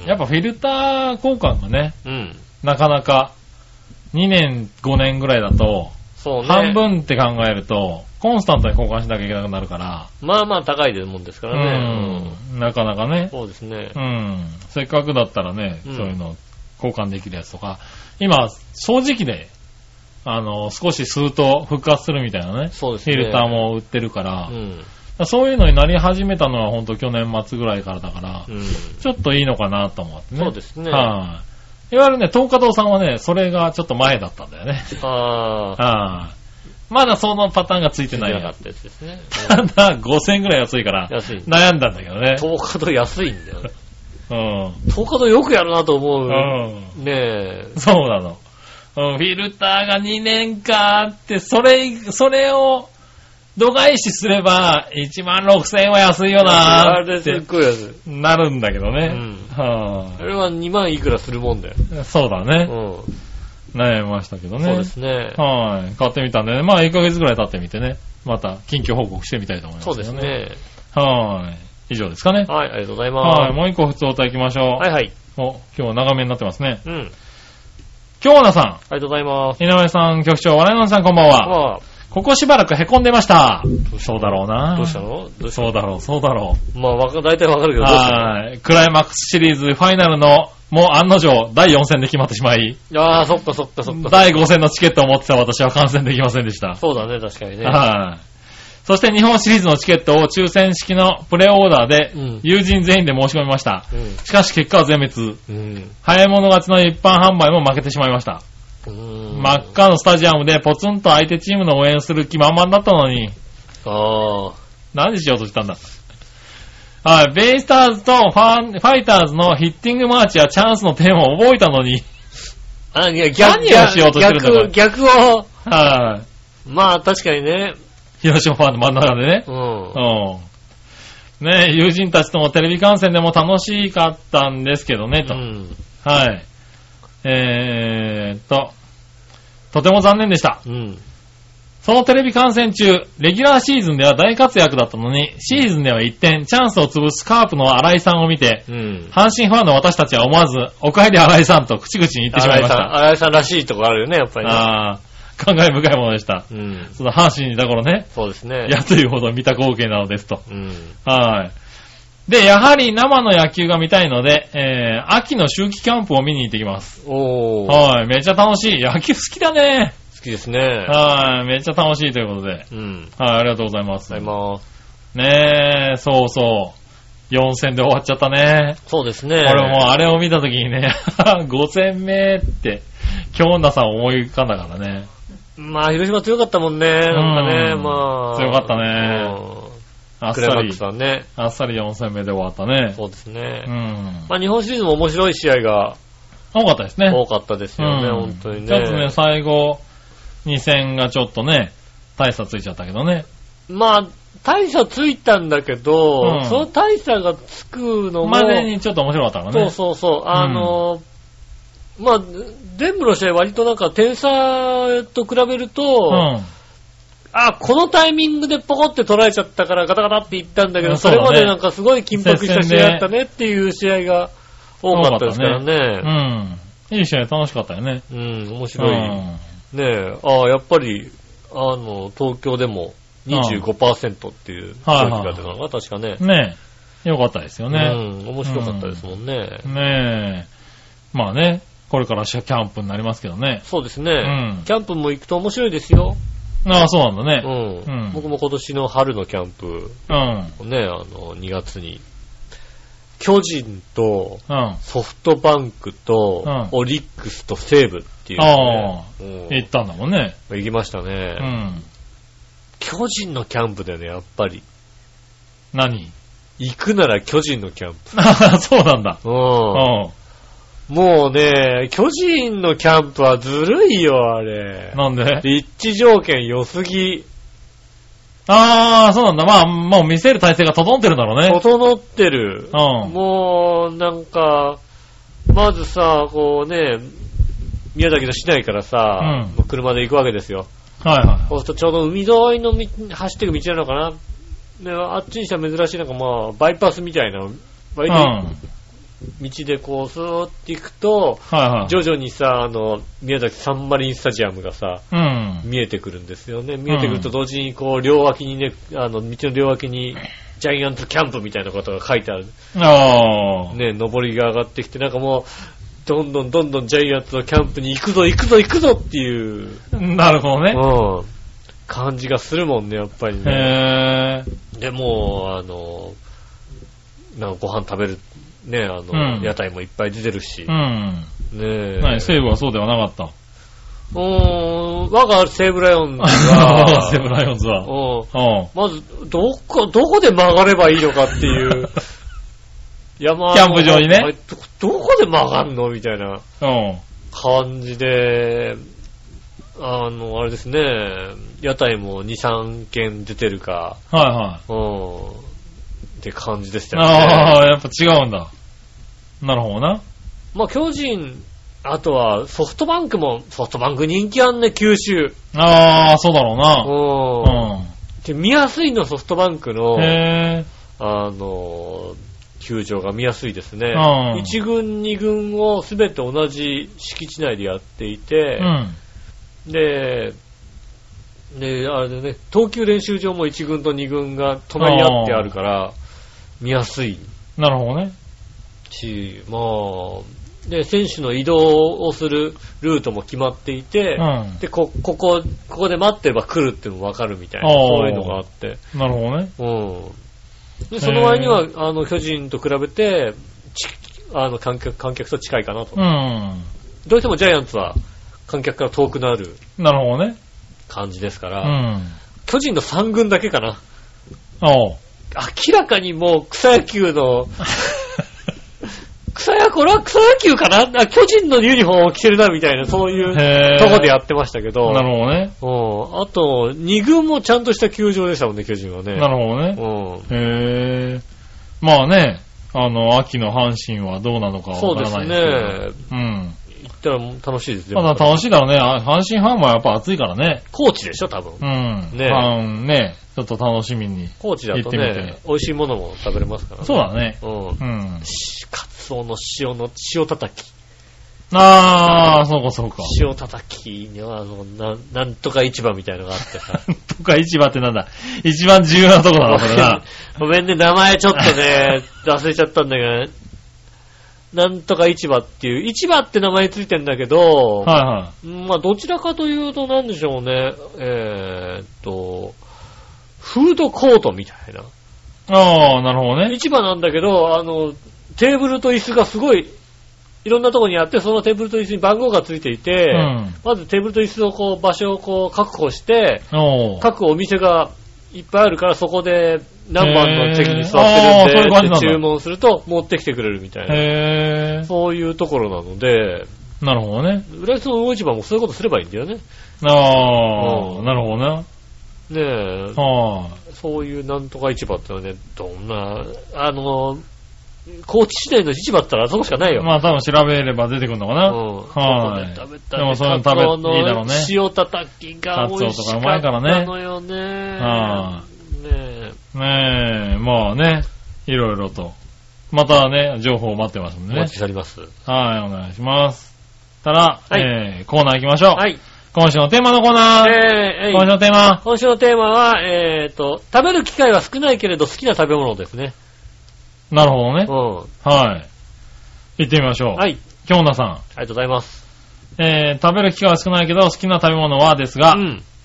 やっぱフィルター交換がね、うん。なかなか、にねん、ごねんぐらいだと、そうね。半分って考えると、コンスタントに交換しなきゃいけなくなるから。 まあまあ高いもんですからね。 うん。なかなかね。 そうですね。 うん。せっかくだったらね、うん、そういうの交換できるやつとか。今、掃除機で、あの、少し吸うと復活するみたいなね。 そうですね。 フィルターも売ってるから。うん。そういうのになり始めたのは本当去年末ぐらいからだから、うん、ちょっといいのかなと思ってね。 そうですね。 はい、あ、いわゆるね、東華堂さんはね、それがちょっと前だったんだよね。 ああ。 ああ。まだそのパターンがついてない。 なかったやつですね。 ただ、ごせんえんぐらい安いから、安い。悩んだんだけどね。 東華堂安いんだよ。うん。東華堂よくやるなと思う。うん。ねえ。 そうなの。うん。フィルターがにねんかって、それ、それを、度外視すれば、いちまんろくせんえんは安いよなーって。あれすっごい安い。なるんだけどね。うん。 はあ、あれはにまんいくらするもんだよ。 そうだね。うん。悩みましたけどね。 そうですね。 はい。買ってみたんでね。まあ、いっかげつぐらい経ってみてね。また、近況報告してみたいと思います、ね。 そうですね。 はい。以上ですかね。 はい、ありがとうございます。 はい。もう一個普通お歌いきましょう。 はいはい。 お、今日は長めになってますね。 うん。 京奈さん。ありがとうございます。 井上さん、局長、笑いのさんこんばんは。 まあ、 ここしばらく凹んでました。そうだろうな。 どうしたの？どうしたそうだろう、そうだろう。まあ、わか、大体わかるけど、どうしたの？ はい。クライマックスシリーズファイナルの、もう案の定、だいよん戦で決まってしまい。 ああ、そっかそっかそっか。 だいご戦のチケットを持ってた私は観戦できませんでした。 そうだね、確かにね。 はい。そして日本シリーズのチケットを抽選式のプレオーダーで、友人全員で申し込みました。うん、しかし結果は全滅。うん、早い者勝ちの一般販売も負けてしまいました。真っ赤のスタジアムでポツンと相手チームの応援する気満々だったのに。ああ。何しようとしたんだ。はい、ベイスターズとファン、ファイターズのヒッティングマーチやチャンスのテーマを覚えたのに。 あ、いや、逆何をしようとしてるんだろ逆、逆を。 はい。 まあ、確かにね。 広島ファンの真ん中でね。うん。うん。ね、友人たちともテレビ観戦でも楽しかったんですけどね、と。うん、はい。えーっと、とても残念でした。うん。そのテレビ観戦中、レギュラーシーズンでは大活躍だったのに、シーズンでは一転、チャンスを潰すカープの新井さんを見て、うん、阪神ファンの私たちは思わず、お帰り新井さんと口々に言ってしまいました。 新井さんらしいとこあるよね、やっぱりね。 ああ、感慨深いものでした。うん、その阪神にいた頃ね。 そうですね。 やというほど見た光景なのですと。うん、はい。で、やはり生の野球が見たいので、えー、秋の秋季キャンプを見に行ってきます。おー。はい、めっちゃ楽しい。野球好きだね。 好きですね。 はい、めっちゃ楽しいということで。うん。はい、ありがとうございます。 ありがとうございます。 ねえ、そうそう。よん戦で終わっちゃったね。 そうですね。 俺もあれを見たときにね、ご戦目って、京女さん思い浮かんだからね。 まあ、広島強かったもんね。なんかね、まあ。 強かったね。あっさり、 ね、 あっさりよん戦目で終わったね。 そうですね。うん。まあ日本シリーズも面白い試合が多かったですね。 多かったですよね、うん、本当にね。 ちょっとね、最後、に戦がちょっとね、大差ついちゃったけどね。 まあ、大差ついたんだけど、うん、その大差がつくのも。 までにちょっと面白かったからね。 そうそうそう。あの、うん、まあ、全部の試合割となんか点差と比べると、うんあ、このタイミングでポコって捉えちゃったからガタガタって言ったんだけど、それまでなんかすごい緊迫した試合だったねっていう試合が多かったですからね。 うん。いい試合楽しかったよね。 うん、面白い。うん、ねえ、ああ、やっぱり、あの、東京でも にじゅうごパーセント っていう数字が出たのが確かね。 ねえ、よかったですよね。 うん、面白かったですもんね。 うん、ねえ。まあね、これからキャンプになりますけどね。 そうですね。うん、キャンプも行くと面白いですよ。 ああ、そうなんだね。 うん。うん、僕も今年の春のキャンプ、うん。ね、あの、にがつに、巨人と、ソフトバンクと、うん、オリックスと西武っていう、ね。 ああ、うん、行ったんだもんね。 行きましたね。うん。巨人のキャンプだよね、やっぱり。 何？ 行くなら巨人のキャンプ。 ああ、そうなんだ。 うん。うんもうね、巨人のキャンプはずるいよ、あれ。 なんで？ 立地条件良すぎ。 あー、そうなんだ。まあ、もう見せる体制が整ってるんだろうね。 整ってる。うん。もう、なんか、まずさ、こうね、宮崎の市内からさ、うん、車で行くわけですよ。 はいはい。 そうするとちょうど海沿いのみ走っていく道なのかな。で、あっちにしたら珍しいなんかまあ、バイパスみたいな、割と、うん道でこう、スーって行くと、はいはい、徐々にさ、あの、宮崎サンマリンスタジアムがさ、うん、見えてくるんですよね。見えてくると同時にこう、両脇にね、あの、道の両脇に、ジャイアンツキャンプみたいなことが書いてある。あね、上りが上がってきて、なんかもう、どんどんどんどんジャイアンツのキャンプに行くぞ行くぞ行くぞっていう。 なるほどね。 うん。感じがするもんね、やっぱりね。へー。で、もう、あの、なんかご飯食べる。ねあの、うん、屋台もいっぱい出てるし。うん。ねえ。 何、西武はそうではなかった。 うーん、我が西武ライオンズは、 西武ライオンズは。 うん。まず、どこ、どこで曲がればいいのかっていう。山キャンプ場にね。 ど、どこで曲がんのみたいな感じで、あの、あれですね、屋台もに、さんけん出てるか。 はいはい。 うん。って感じでしたよね。 ああ、やっぱ違うんだ。なるほどな。 まあ、巨人、あとはソフトバンクも、ソフトバンク人気あんね、九州。 ああ、そうだろうな。 うん。で、見やすいの、ソフトバンクの、へあの、球場が見やすいですね。うん、いち軍、に軍をすべて同じ敷地内でやっていて、うん、で、で、あれでね、投球練習場もいち軍とに軍が隣り合ってあるから、見やすい。 なるほどね。 し、まあ、で、選手の移動をするルートも決まっていて、うん、で、こ、ここ、ここで待ってれば来るっていうのもわかるみたいな、そういうのがあって。 なるほどね。 うん。で、その前には、あの、巨人と比べて、あの、観客、観客と近いかなと。うん。どうしてもジャイアンツは、観客から遠くなる。 なるほどね。 感じですから、うん、巨人のさん軍だけかな。 おう明らかにもう草野球の草野これは草野球かなあ巨人のユニフォームを着てるなみたいなそういうとこでやってましたけど。 なるほどね。 うん。あとに軍もちゃんとした球場でしたもんね巨人はね。 なるほどね。うん。へえ。まあねあの秋の阪神はどうなのかわからないですけど。そうですね。うん。 行ったら楽しいですよ。まだ楽しいだろうね。阪神ファンもやっぱ暑いからね。 高知でしょ、多分。 うん。ねえ。ねちょっと楽しみに。 高知だとね、美味しいものも食べれますからね。 そうだね。 うん。うん。カツオの塩の、塩叩き。 あー、そうかそうか。 塩叩きには、あの、な、なんとか市場みたいなのがあってさ。 なんとか市場ってなんだ一番重要なとこだな、それな。 ごめんね、名前ちょっとね、忘れちゃったんだけど、なんとか市場っていう、市場って名前ついてんだけど、はいはい。まあ、どちらかというと、なんでしょうね、えーっと、フードコートみたいな。 ああ、なるほどね。 市場なんだけど、あの、テーブルと椅子がすごい、いろんなところにあって、そのテーブルと椅子に番号がついていて、うん、まずテーブルと椅子をこう、場所をこう、確保して、各お店がいっぱいあるから、そこで何番の席に座ってるんで、って注文すると持ってきてくれるみたいな。へー。そういうところなので、 なるほどね。 浦安の魚市場もそういうことすればいいんだよね。 ああ、うん、なるほどね。 ねえ、はあ、そういうなんとか市場ってのはね、どんな、あの、高知市内の市場って言ったらあそこしかないよ。 まあ多分調べれば出てくるのかな。うん。はい、あ。 食べたでもそれ食べいいだろうね。 塩叩きが美味しかったのよね。 はあ、ねえ。ねえ、まあね、いろいろと。またね、情報を待ってますんでね。 お待ちしております。 はい、お願いします。たら、はい、えー、コーナー行きましょう。 はい。 今週のテーマのコーナー。えー、今週のテーマ。 今週のテーマは、えーと、食べる機会は少ないけれど好きな食べ物ですね。 なるほどね。うん。はい。行ってみましょう。 はい。 京奈さん。ありがとうございます。 えー、食べる機会は少ないけど好きな食べ物はですが、うん。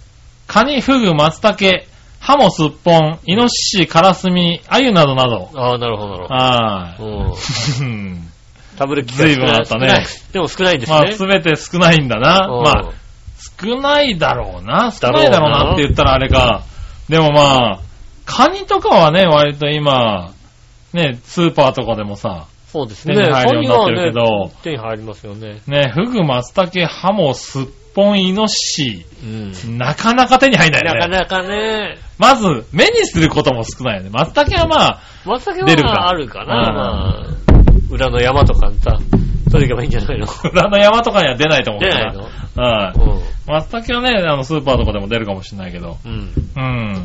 カニ、フグ、松茸、ハモ、スッポン、イノシシ、カラスミ、アユなどなど。 ああ、なるほど、なるほど。 はい。 うん。食べる機会が少ない。 でも少ないんですね。 まあ、すべて少ないんだな。まあ、少ないだろうな。少ないだろうなって言ったらあれか。でもまあ、カニとかはね、割と今、ね、スーパーとかでもさ、 そうですね。 手に入るようになってるけど、ね、 手に入りますよね。 ね、フグ、松茸、ハモ、スッポン、イノシシ、うん、なかなか手に入んないよね。 なかなかね。 まず、目にすることも少ないよね。松茸はまあ、 松茸はあるかな。まあ、裏の山とかにさ、取り行けばいいんじゃないの？ 裏の山とかには出ないと思うから。 出ないの？はい、うん。松茸はね、あの、スーパーとかでも出るかもしれないけど。うん。うん。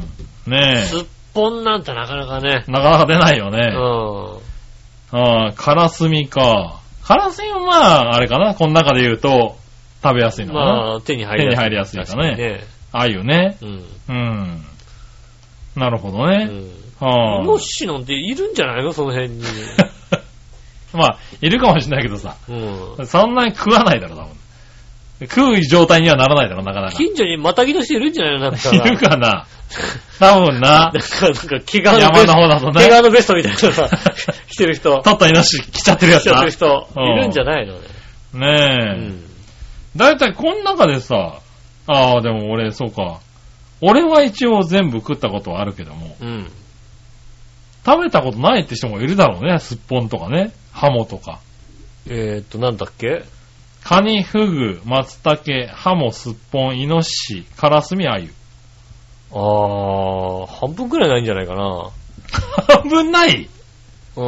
ねえ。 スッポンなんてなかなかね。 なかなか出ないよね。うん。ああ、カラスミか。カラスミはまあ、あれかな。この中で言うと、食べやすいのかな。まあ、 手に入りやすい。 手に入りやすいかね。ね、あゆね。うん。うん。なるほどね。うん。 はあ。イノシシなんているんじゃないのその辺に。 まあ、いるかもしれないけどさ。うん。そんなに食わないだろ、多分。食う状態にはならないだろ、なかなか。 近所にマタギの人いるんじゃないのなんか。 いるかな多分な。 なんか、なんか、毛皮の山の方だとね。 毛皮のベストみたいなさ、着てる人。 取ったイノシシ着ちゃってるやつ着ちゃってる人。いるんじゃないのね。 ねえ。うん、だいたいこの中でさ、ああ、でも俺、そうか。俺は一応全部食ったことはあるけども。うん。食べたことないって人もいるだろうね。すっぽんとかね。ハモとか。 えーっと、なんだっけ？ カニ、フグ、松茸、ハモ、すっぽん、イノシシ、カラスミ、アユ。 あー、半分くらいないんじゃないかな。 半分ない？うん。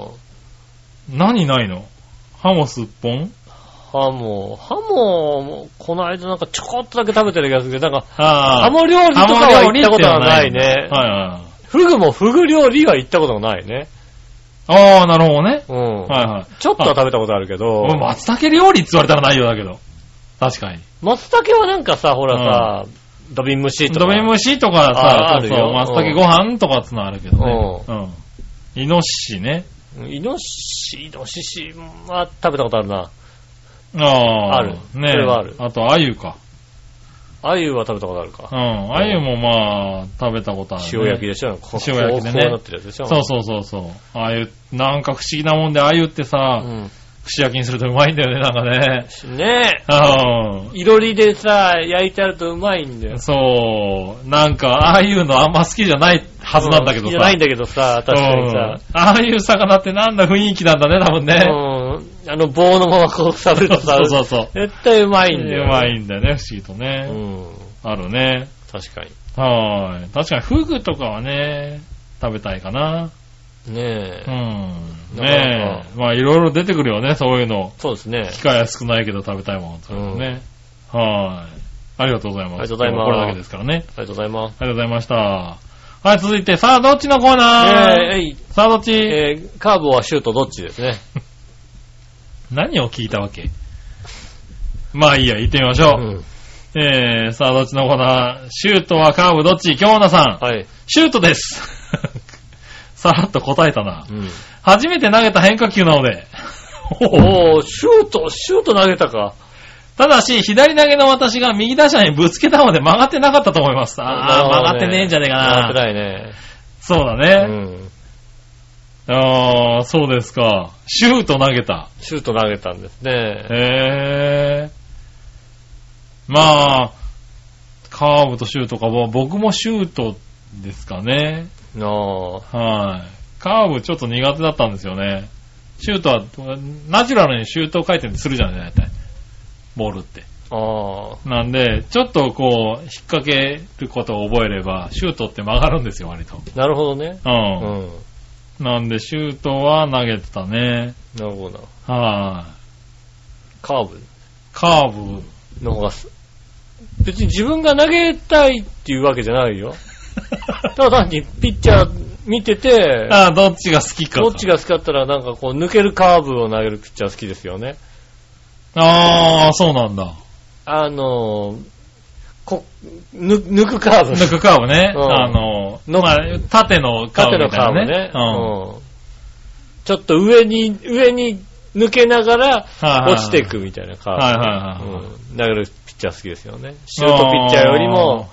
何ないの？ハモ、すっぽん？ ハモ、ハモ、この間なんかちょこっとだけ食べてる気がするけど、なんか、ハモ料理とかは行ったことはないね。はいはい。フグもフグ料理は行ったことがないね。 ああ、なるほどね。 うん。はいはい。ちょっとは食べたことあるけど。 松茸料理って言われたらないようだけど。確かに。 松茸はなんかさ、ほらさ、うん、ドビン蒸しとか。 ドビン蒸しとかさ、あるよ。松茸ご飯とかってのはあるけどね。うん。うん。イノシシね。 イノシシ、イノシシは食べたことあるな。 ああ。 ある。ねそれはある。あと、アユか。 アユは食べたことあるか。 うん。アユもまあ、食べたことある、ね。 塩焼きでしょ塩焼きでね。こうなってるやつでしょそうそうそうそう。ああいう、なんか不思議なもんで、アユってさ、うん、串焼きにするとうまいんだよね、なんかね。 ねえ。うん。いろりでさ、焼いてあるとうまいんだよ。 そう。なんか、ああいうのあんま好きじゃないはずなんだけどさ。好きじゃないんだけどさ、確かにさ。 ああいう魚ってなんだ雰囲気なんだね、多分ね。 うん。あの棒のままこう食べるとさ、 そうそうそう。 絶対うまいんだよ。 うまいんだよね、不思議とね。うん。あるね。 確かに。 はい。確かにフグとかはね、食べたいかな。 ねえ。 うん。ねえ。まあいろいろ出てくるよね、そういうの。 そうですね。 機会は少ないけど食べたいものとかね。うん、はい。ありがとうございます。 ありがとうございます。 これだけですからね。ありがとうございます。 ありがとうございました。はい、続いて、さあどっちのコーナー？えー、えい。さあどっち？ えー、カーブはシュートどっちですね。 何を聞いたわけ？まあいいや、行ってみましょう。うんえー、さあ、どっちのコーナー？シュートはカーブどっち？京奈さん。はい。シュートです。さらっと答えたな。うん。初めて投げた変化球なので。 おー、シュート、シュート投げたか。 ただし、左投げの私が右打者にぶつけたので曲がってなかったと思います。ああ、曲がってねえんじゃねえかな。 曲がってないね。 そうだね。うん。ああ、そうですか。シュート投げた。 シュート投げたんですね。 へー。まあ、カーブとシュートか、僕もシュートですかね。 ああ。 はい。カーブちょっと苦手だったんですよね。シュートは、ナチュラルにシュート回転するじゃない、大体。ボールって。 ああ。 なんで、ちょっとこう、引っ掛けることを覚えれば、シュートって曲がるんですよ、割と。 なるほどね。 うん。うん、なんで、シュートは投げてたね。 なるほど。 はい。 カーブカーブの方が、別に自分が投げたいっていうわけじゃないよ。ただ単にピッチャー見てて、 ああ、どっちが好きか。 どっちが好きだったらなんかこう抜けるカーブを投げるピッチャー好きですよね。 ああ、そうなんだ。 あの、こ、抜、抜くカーブ。 抜くカーブね。うん、あの、のまあ、縦のカーブみたいなね。縦のカーブね。うん。 ちょっと上に、上に抜けながら落ちていくみたいなカーブ、ね。はいはいはい、はいうん。投げるピッチャー好きですよね。シュートピッチャーよりも、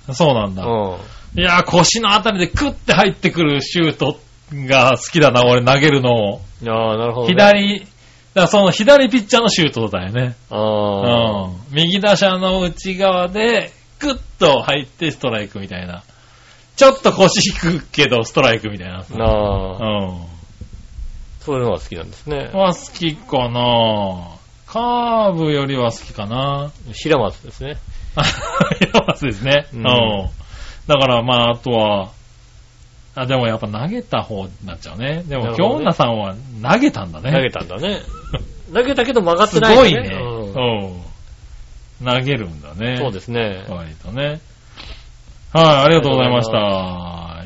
そうなんだ。 うん。 いやー、腰のあたりでクッて入ってくるシュートが好きだな、俺投げるのを。 ああ、なるほど、ね。 左、だからその左ピッチャーのシュートだよね。 ああ。 うん。右打者の内側で、クッと入ってストライクみたいな。ちょっと腰引くけどストライクみたいな。 ああ。 うん。 そういうのが好きなんですね。 は好きかな。カーブよりは好きかな。 平松ですね。 平松ですね。 うん。うん。だからまあ、あとは、あ、でもやっぱ投げた方になっちゃうね。でも、京女さんは投げたんだね。 投げたんだね。投げたけど曲がってない、 ね。すごいね。うん。うん、投げるんだね。 そうですね。 割とね。はい、ありがとうございました。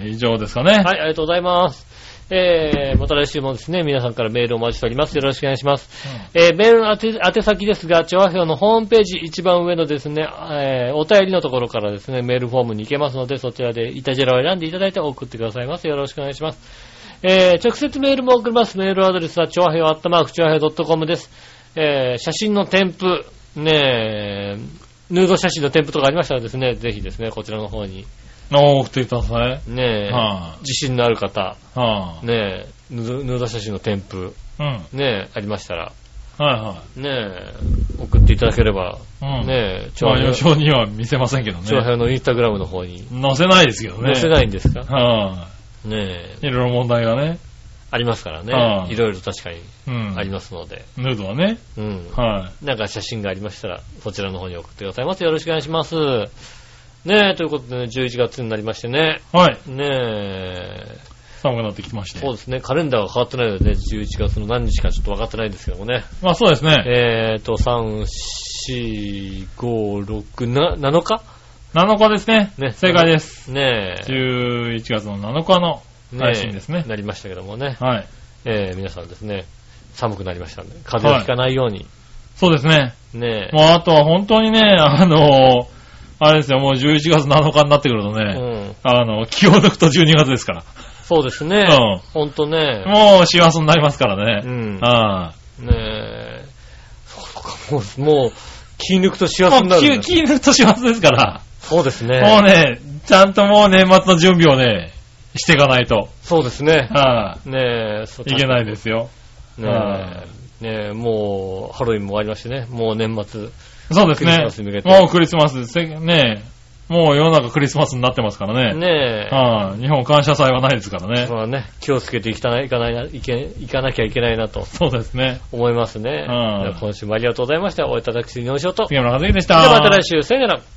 以上ですかね。 はい、ありがとうございます。えー、また来週もですね、皆さんからメールをお待ちしております。よろしくお願いします。うん、えー、メールの宛て、宛先ですが、調和表のホームページ一番上のですね、えー、お便りのところからですね、メールフォームに行けますので、そちらでイタジェラを選んでいただいて送ってくださいます。よろしくお願いします。えー、直接メールも送ります。メールアドレスは、調和表アットマーク調和表 .com です。えー、写真の添付、ねえ、ヌード写真の添付とかありましたらですね、ぜひですね、こちらの方に。 送ってください。 ねえ、はあ、自信のある方、 はあ、 ねえ、ヌード写真の添付、 うん、 ねえ、ありましたら、 はいはい。 ねえ、送っていただければ、 うん、 ねえ、 調和表には見せませんけどね。 調和表のインスタグラムの方に。 載せないですけどね。 載せないんですか？ はい、 あ、ねえ。いろいろ問題がね。 ありますからね。 はあ、 いろいろ確かにありますので。 うん、ヌードはね。 うん。 はい。 なんか写真がありましたら、そちらの方に送ってくださいます。よろしくお願いします。ねえ、ということでね、じゅういちがつになりましてね。 はい。 ねえ。 寒くなってきまして。 そうですね、カレンダーが変わってないので、じゅういちがつの何日かちょっと分かってないんですけどもね。 まあそうですね。 えーと、さん、し、ご、ろく、な、なのか ? なのかですね。 ね。 正解です。 ねえ。 じゅういちがつのなのかの配信ですね。 ねなりましたけどもね。 はい。 えー、皆さんですね、寒くなりましたんで、風邪をひかないように。はい、 そうですね。 ねえ。 もうあとは本当にね、あのー、あれですよ、もうじゅういちがつなのかになってくるとね、うん、あの、気を抜くとじゅうにがつですから。 そうですね。うん。ほんとね。 もう幸せになりますからね。 うん。 ああ。ねえ。そうか、もう、もう、気抜くと幸せになる、ね。 気、気抜くと幸せですから。 そうですね。 もうね、ちゃんともう年末の準備をね、していかないと。 そうですね。 はあ、 ねえ、 いけないですよ。 ねえ、はあ、ねえ、もう、ハロウィンも終わりましてね、もう年末。 そうですね。 クリスマスに向けて。 もうクリスマス、ねえ。もう世の中クリスマスになってますからね。 ねえ。 はあ、日本感謝祭はないですからね。 そうだね。気をつけていかない、いかないな、いけ、いかなきゃいけないなと。 そうですね。 思いますね。 はあ、 今週もありがとうございました。おいただきすぎのお仕事。 杉村和之でした。 ではまた来週、さよなら。